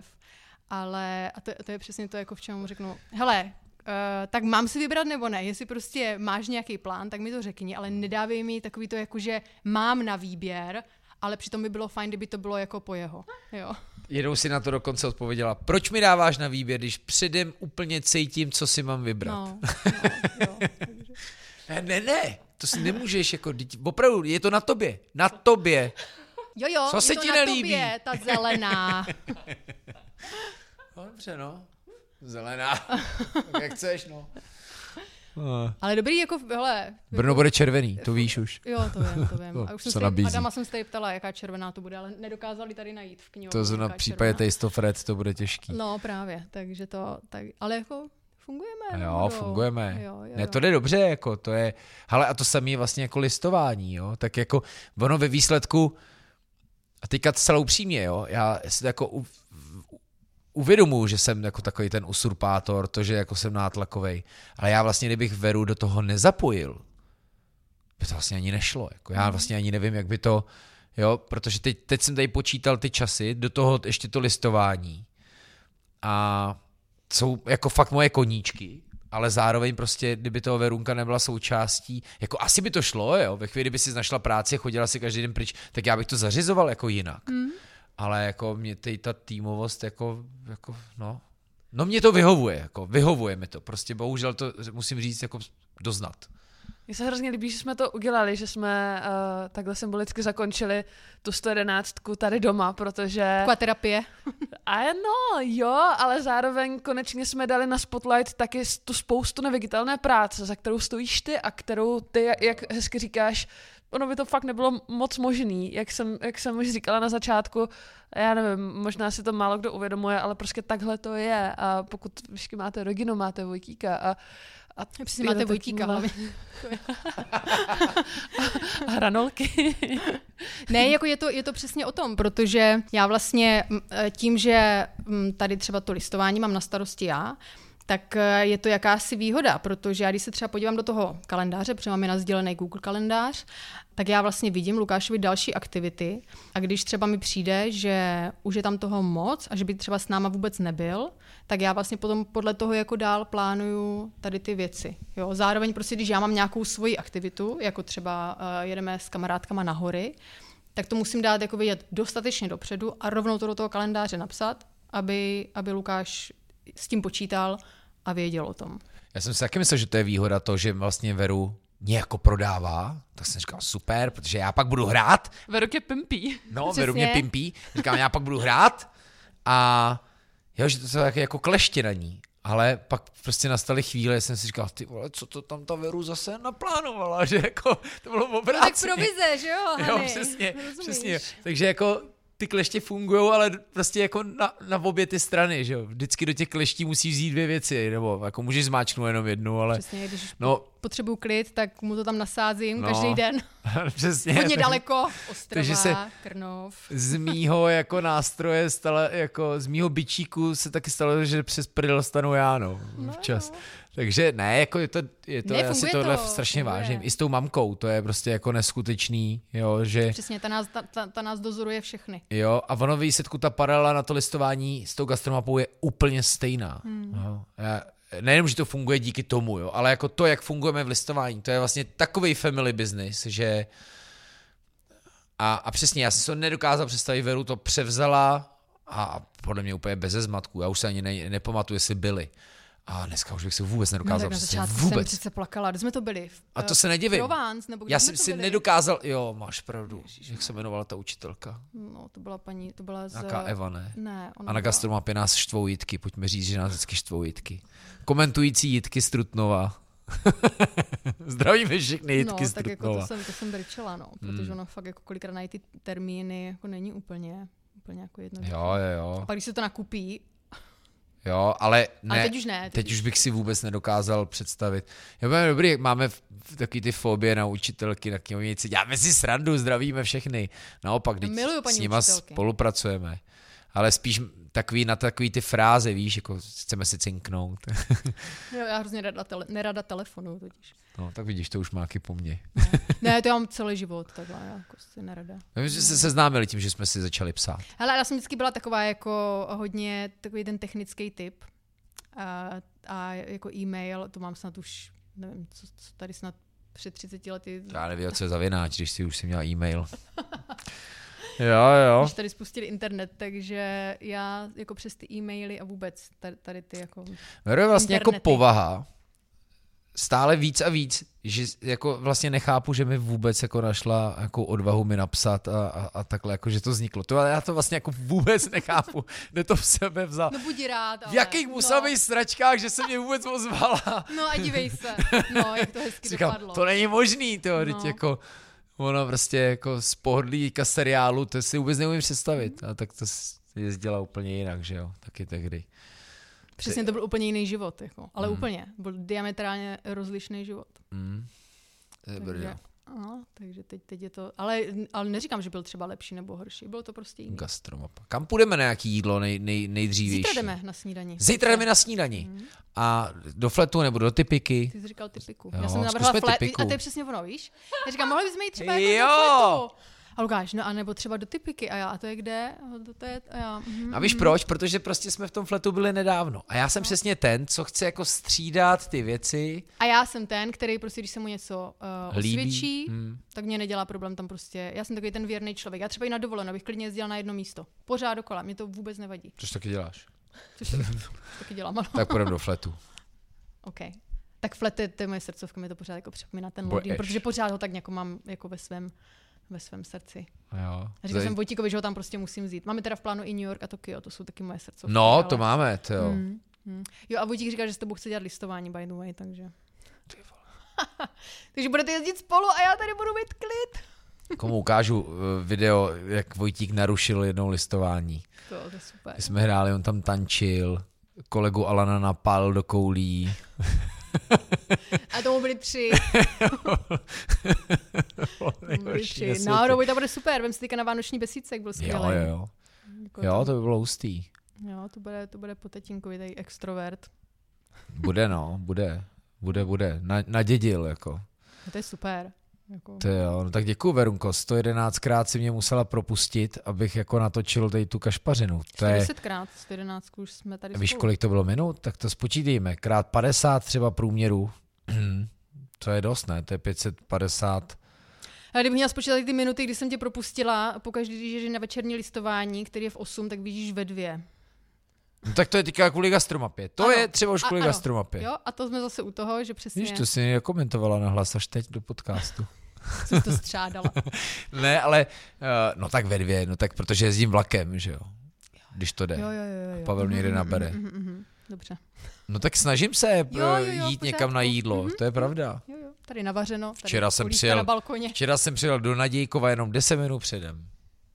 ale a to, to je přesně to, jako v čem mu řeknu, hele, Uh, tak mám si vybrat nebo ne, jestli prostě máš nějaký plán, tak mi to řekni, ale nedávej mi takový to jako, že mám na výběr, ale přitom by bylo fajn, kdyby to bylo jako po jeho. Jo. Jednou si na to dokonce odpověděla, proč mi dáváš na výběr, když předem úplně cítím, co si mám vybrat. No, no, jo, takže. Ne, ne, ne, to si nemůžeš, jako, opravdu, je to na tobě, na tobě. Jo, jo, Co je se to ti na nelíbí? tobě, ta zelená. No, dobře, no. Zelená. Tak jak chceš, no. Ale dobrý, jako, hele. Brno bude červený, to víš už. Jo, to vím, to vím. To A už jsem se se nabízí. Adama jsem se tady ptala, jaká červená to bude, ale nedokázali tady najít v knihovně. To zrovna v jaká případě červená. Taste of Red to bude těžký. No právě, takže to, tak, ale jako fungujeme. Jo, no, fungujeme. Jo, jo, Ne, to jde dobře, jako to je, hele, a to samé je vlastně jako listování, jo, tak jako ono ve výsledku, a teďka celou upřímně, jo, já si to jako u, uvědomuji, že jsem jako takový ten usurpátor, to, že jako jsem nátlakovej, ale já vlastně, kdybych Veru do toho nezapojil, by to vlastně ani nešlo, jako já vlastně ani nevím, jak by to, jo, protože teď, teď jsem tady počítal ty časy, do toho ještě to listování a jsou jako fakt moje koníčky, ale zároveň prostě, kdyby toho Verunka nebyla součástí, jako asi by to šlo, jo, ve chvíli, kdyby si našla práci, chodila si každý den pryč, tak já bych to zařizoval jako jinak. Mm. Ale jako mě tady ta týmovost, jako, jako, no, no mě to vyhovuje, jako, vyhovuje mi to, prostě bohužel to musím říct, jako doznat. Mně se hrozně líbí, že jsme to udělali, že jsme uh, takhle symbolicky zakončili tu sto jedenáctku tady doma, protože... Taková terapie. A no, jo, ale zároveň konečně jsme dali na spotlight taky tu spoustu neviditelné práce, za kterou stojíš ty a kterou ty, jak hezky říkáš, ono by to fakt nebylo moc možný, jak jsem, jak jsem už říkala na začátku, já nevím, možná si to málo kdo uvědomuje, ale prostě takhle to je a pokud vždycky máte rodinu, máte Vojtíka a A přesně máte Vojtíka hlavně. A hranolky. Ne, jako je to, je to přesně o tom, protože já vlastně tím, že tady třeba to listování mám na starosti já, tak je to jakási výhoda, protože já když se třeba podívám do toho kalendáře, protože máme nasdílený Google kalendář, tak já vlastně vidím Lukášovi další aktivity a když třeba mi přijde, že už je tam toho moc a že by třeba s náma vůbec nebyl, tak já vlastně potom podle toho jako dál plánuju tady ty věci. Jo, zároveň prostě, když já mám nějakou svoji aktivitu, jako třeba uh, jedeme s kamarádkama na hory, tak to musím dát jako vidět dostatečně dopředu a rovnou to do toho kalendáře napsat, aby, aby Lukáš s tím počítal a věděl o tom. Já jsem si taky myslel, že to je výhoda to, že vlastně Veru mě jako prodává, tak jsem říkal super, protože já pak budu hrát. Veru tě pimpí. No, Přesně. Veru mě pimpí. Říkám, já pak budu hrát a jo, že to jsou taky jako kleště na ní. Ale pak prostě nastaly chvíle, jsem si říkal, ty vole, co to tam ta Veru zase naplánovala, že jako to bylo obráceně. Tak provize, že jo, Hany? Jo, přesně, Rozumíš? přesně. Takže jako ty kleště fungujou, ale prostě jako na, na obě ty strany, že jo. Vždycky do těch kleští musí vzít dvě věci, nebo jako můžeš zmáčknout jenom jednu, ale... Přesně, když no, potřebuju klid, tak mu to tam nasázím no, každý den. Přesně. Hodně daleko, Takže se Ostrava, Krnov. z mýho jako nástroje stala, jako z mýho bičíku se taky stalo, že přes prdel stanu já, no, včas. No. Takže ne, jako je to, je to Ne, já si funguje tohle to, strašně funguje. vážím. I s tou mamkou, to je prostě jako neskutečný, jo, že... Přesně, ta nás, ta, ta, ta nás dozoruje všechny. Jo, a ono výsledku ta paralela na to listování s tou gastromapou je úplně stejná. Hmm. Jo. Já, nejenom, že to funguje díky tomu, jo, ale jako to, jak fungujeme v listování, to je vlastně takovej family business, že a, a přesně, já jsem to nedokázal představit, Veru to převzala a podle mě úplně beze zmatku, já už se ani ne, nepamatuju, jestli byli. A dneska už bych si vůbec No, nedokázal tak na představit. začátku jsem Vůbec. přece plakala. Kde jsme to byli? V, A to se nedivím. Provence, nebo kde Já jsme jsem to si byli? nedokázal, jo, máš pravdu, jak se jmenovala ta učitelka. No, to byla paní, to byla z... Nějaká Eva, ne? Ne, ona A na byla... gastromapě nás štvou jitky, pojďme říct, že nás vždycky štvou jitky. Komentující jitky z Trutnova. Zdravíme všechny jitky No, z tak jako Trutnova. to jsem, to jsem brčela, no, protože Hmm. ono fakt jako kolikrát najít ty termíny jako není úplně, úplně jako jednoduché. Jo, jo, jo. A pak když se to nakupí, Jo, ale ne, ale teď už ne. teď, teď už bych si vůbec nedokázal představit. Jo, máme dobrý, máme v, v takový ty fobie na učitelky, na knihovnici, děláme si srandu, zdravíme všechny. Naopak, teď Miluju paní s nima učitelky. spolupracujeme. Ale spíš takový na takový ty fráze, víš, jako chceme si cinknout. Jo, já hrozně nerada, tele, nerada telefonu totiž. No, tak vidíš, to už má taky po mně. No. Ne, to já mám celý život, takhle, já jako si nerada. My jsme se seznámili tím, že jsme si začali psát. Hele, já jsem vždycky byla taková jako hodně takový ten technický typ. A, a jako e-mail, to mám snad už, nevím, co, co tady snad před třiceti lety. Já nevím, co je za vináč, když jsi už si měl e-mail. Jo, jo. Když tady spustili internet, takže já jako přes ty e-maily a vůbec tady, tady ty jako No, je vlastně jako internety. povaha stále víc a víc, že jako vlastně nechápu, že mi vůbec jako našla jako odvahu mi napsat a, a, a takhle, jako že to vzniklo. To já to vlastně jako vůbec nechápu, kde to v sebe vzal. No buď rád, ale... V jakých musel no. být sračkách, že se mě vůbec ozvala. No a dívej se, no jak to hezky Říkám, dopadlo. to není možný, to, no. Jako ono prostě jako z pohodlíka seriálu, to si vůbec neumím představit. A tak to jezdila úplně jinak, že jo, taky tehdy. Přesně to byl úplně jiný život, jako. Ale Mm. úplně. Byl diametrálně rozlišný život. Mm. Takže, no, takže teď, teď je to... Ale, ale neříkám, že byl třeba lepší nebo horší. Bylo to prostě jiný. Gastromapa. Kam půjdeme na nějaký jídlo nej, nej, nejdřívější? Zítra jdeme na snídani. Zítra jdeme na snídani. Mm. A do fletu nebo do typiky? Ty jsi říkal typiku. Jo, Já jsem navrhla zkusme flet, typiku. a to je přesně ono, víš? Já říkám, mohli bychom jít třeba jako Jo. do fletu. A Lukáš, no a nebo třeba do typiky. A já, a to je kde? A to, to je, a já, mm, A víš mm. proč? Protože prostě jsme v tom fletu byli nedávno. A já jsem No. přesně ten, co chce jako střídat ty věci. A já jsem ten, který prostě, když se mu něco uh, Líbí. osvědčí, Hmm. tak mě nedělá problém tam prostě. Já jsem takový ten věrný člověk. Já třeba i na dovolenou bych klidně jezdila na jedno místo. Pořád dokola, mě to vůbec nevadí. Což taky děláš. Což taky dělám, ano. Tak půjdeme do fletu. OK. Tak flety, to je moje srdcovka, mi to pořád jako připomíná ten Bo Londýn, eš. protože pořád ho tak jako mám jako ve svém ve svém srdci. Jo. A říkal Zaj- jsem Vojtíkovi, že ho tam prostě musím vzít. Máme teda v plánu i New York a Tokio, to jsou taky moje srdcovky. No, ale... to máme, to jo. Hmm, hmm. Jo a Vojtík říká, že s tebou chce dělat listování, by the way, takže... takže budete jezdit spolu a já tady budu mít klid. Komu ukážu uh, video, jak Vojtík narušil jednou listování. To, to je super. My jsme hráli, on tam tančil, kolegu Alana napál do koulí. A tomu byli tři. byli tři. Nejhorší Náhodou, to bude super, vem si teďka na vánoční besídce, jak byl skvělý. Jo, jo, jo. Jako Jo, to by bylo hustý. Jo, to bude, to bude po tetínkovi, tady extrovert. Bude, no, bude. Bude, bude. Na, nadědil, jako. No to je super. Jako... To jo, no tak děkuju, Verunko. sto jedenáctkrát si mě musela propustit, abych jako natočil tady tu kašpařinu. To je, desetkrát, sto jedenáct už jsme tady víš, spolu. kolik to bylo minut? Tak to spočítejme. Krát padesát třeba průměru. To je dost, ne? To je pět set padesát. Ale kdybych měla spočítat ty minuty, kdy jsem tě propustila, pokaždý, když jdeš na večerní listování, který je v osm, tak vidíš ve dvě. No tak to je teďka kvůli gastromapě. To Ano. je třeba už kvůli A- ano. gastromapě. Jo, a to jsme zase u toho, že přesně Víš, to si nekomentovala na hlas až teď do podcastu. jsem to střádala. Ne, ale uh, no tak ve dvě, no tak protože jezdím vlakem, že jo. Když to jde. Jo, jo, jo, jo. Pavel mě jde nabere. Mhm, mhm, mhm. Dobře. No tak snažím se Jo, jo, jo, jít v někam na pořádku. jídlo, Mhm. to je pravda. Jo, jo. Tady navařeno, tady Včera jsem polívka přijel- na balkoně. Včera jsem přijel do Nadějkova jenom deset minut předem.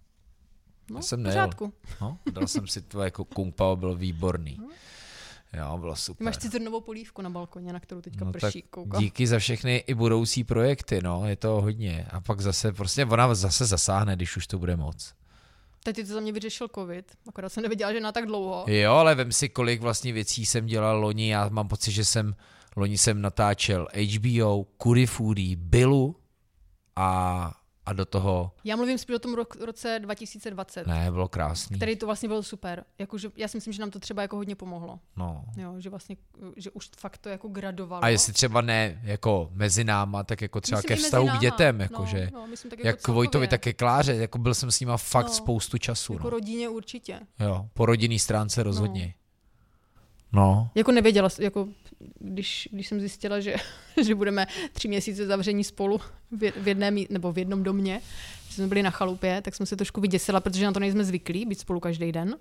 No, jsem v nejel. pořádku. No, dal jsem si to jako kung pao, byl výborný. Jo, bylo Ty super. máš citrnovou polívku na balkoně, na kterou teďka No prší. tak Koukám. díky za všechny i budoucí projekty, no, je to hodně. A pak zase, prostě ona zase zasáhne, když už to bude moc. Teď ty to za mě vyřešil covid, akorát jsem nevěděla, že na tak dlouho. Jo, ale vem si, kolik vlastně věcí jsem dělal loni. Já mám pocit, že jsem loni jsem natáčel H B O, Curry Foodie, Billu a, a do toho, Já mluvím spíš o tom ro- roce dva tisíce dvacet, ne, bylo krásný. který to vlastně bylo super. Jakože, já si myslím, že nám to třeba jako hodně pomohlo. No. Jo, že vlastně, že už fakt to jako gradovalo. A jestli třeba ne jako mezi náma, tak jako třeba Myslím ke i mezi vztahu k náma. dětem, No, jakože no, myslím tak jak jako k Vojtovi, celkově. tak ke Kláře, jako byl jsem s nima fakt No. spoustu času. Jako No. rodině určitě. Jo, po rodinný stránce rozhodně. No. Jako nevěděla, jako když, když jsem zjistila, že, že budeme tři měsíce zavření spolu v, v, jedné, mí- nebo v jednom domě, že jsme byli na chalupě, tak jsem se trošku vyděsila, protože na to nejsme zvyklí, být spolu každý den.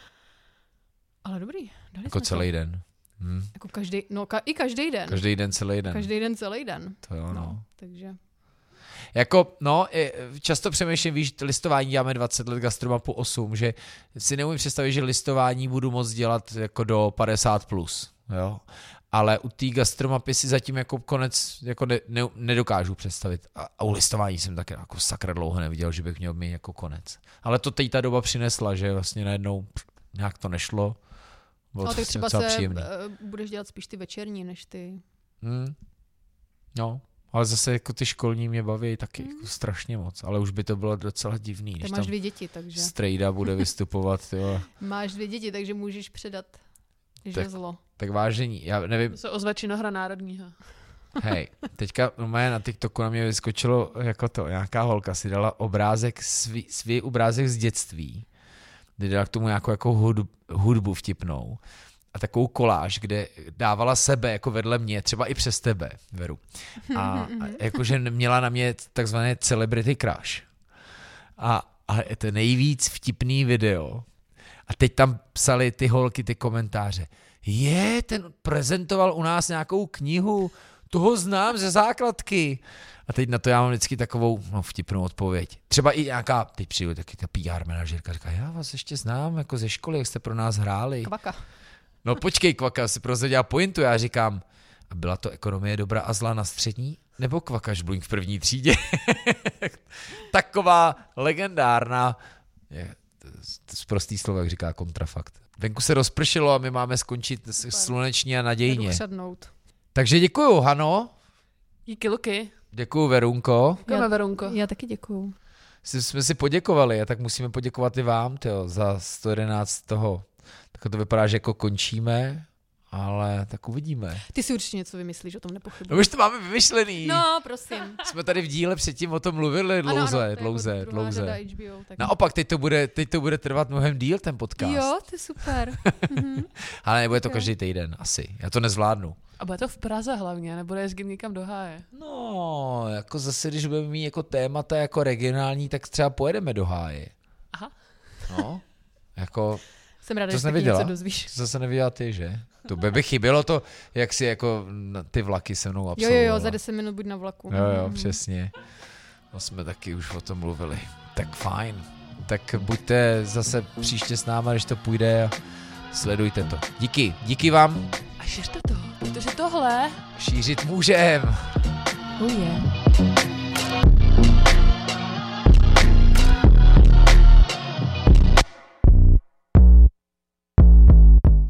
Ale dobrý, dali Jako jsme celý to. den. Hm. Jako každý, no ka, i každý den. Každý den, celý den. Každý den, celý den. To jo, no. No, takže... Jako, no, i- často přemýšlím, víš, listování děláme dvacet let, gastromapu osm, že si neumím představit, že listování budu moc dělat jako do padesát plus, jo. Ale u té gastromapy si zatím jako konec jako ne, ne, nedokážu představit. A, a u listování jsem taky jako sakra dlouho neviděl, že bych měl mít jako konec. Ale to teď ta doba přinesla, že vlastně najednou pff, nějak to nešlo. Bylo No, to tak třeba docela se příjemný. uh, budeš dělat spíš ty večerní, než ty... Hmm. No, ale zase jako ty školní mě baví taky Hmm. jako strašně moc, ale už by to bylo docela divný, Ty když máš tam dvě děti, takže... strejda bude vystupovat, jo. Máš dvě děti, takže můžeš předat žezlo. Tak vážení, já nevím, To se ozve činohra národního. hej, teďka normálně na TikToku na mě vyskočilo jako to, nějaká holka si dala obrázek, svý, svý obrázek z dětství, kdy dala k tomu nějakou jako hudbu, hudbu vtipnou a takovou koláž, kde dávala sebe jako vedle mě, třeba i přes tebe, Veru. A, a jakože měla na mě takzvané celebrity crush. A, a je to nejvíc vtipný video. A teď tam psali ty holky ty komentáře. Je, ten prezentoval u nás nějakou knihu, toho znám ze základky. A teď na to já mám vždycky takovou no, vtipnou odpověď. Třeba i nějaká, teď přijde taky ta P R manažerka, říká, já vás ještě znám jako ze školy, jak jste pro nás hráli. Kvaka. No počkej, Kvaka, si prozradila pointu, já říkám, a byla to ekonomie dobrá a zlá na střední? Nebo Kvaka Žbluňk v první třídě? Taková legendárna, je, z prostý slovo, jak říká kontrafakt. Venku se rozpršilo a my máme skončit sluneční a nadějně. Takže děkuju, Hano. Díky, Luky. Děkuju, Verunko. Děkujeme, Verunko. Já taky děkuju. Jsme si poděkovali a tak musíme poděkovat i vám, tyjo, za sto jedenáct toho. Tak to vypadá, že jako končíme, ale tak uvidíme. Ty si určitě něco vymyslíš, o tom nepochybuji. No už to máme vymyšlený. No, prosím. Jsme tady v díle předtím o tom mluvili dlouze, ano, ano, dlouze, jako dlouze. H B O, tak... Naopak, teď to, bude, teď to bude trvat mnohem díl, ten podcast. Jo, to je super. Mhm. Ale nebude to každý týden, asi. Já to nezvládnu. A bude to v Praze hlavně, nebude jezdit někam do háje. No, jako zase, když budeme mít jako témata jako regionální, tak třeba pojedeme do háje. Aha. No, jako... Jsem ráda, že se něco dozvíš. To zase neviděla ty, že? To by, by chybělo to, jak si jako ty vlaky se mnou absolvovala. Jo, jo, jo, za deset minut buď na vlaku. Jo, jo, přesně. No jsme taky už o tom mluvili. Tak fajn. Tak buďte zase příště s náma, když to půjde a sledujte to. Díky, díky vám. A šiřte to, protože tohle šířit můžem. Oh yeah.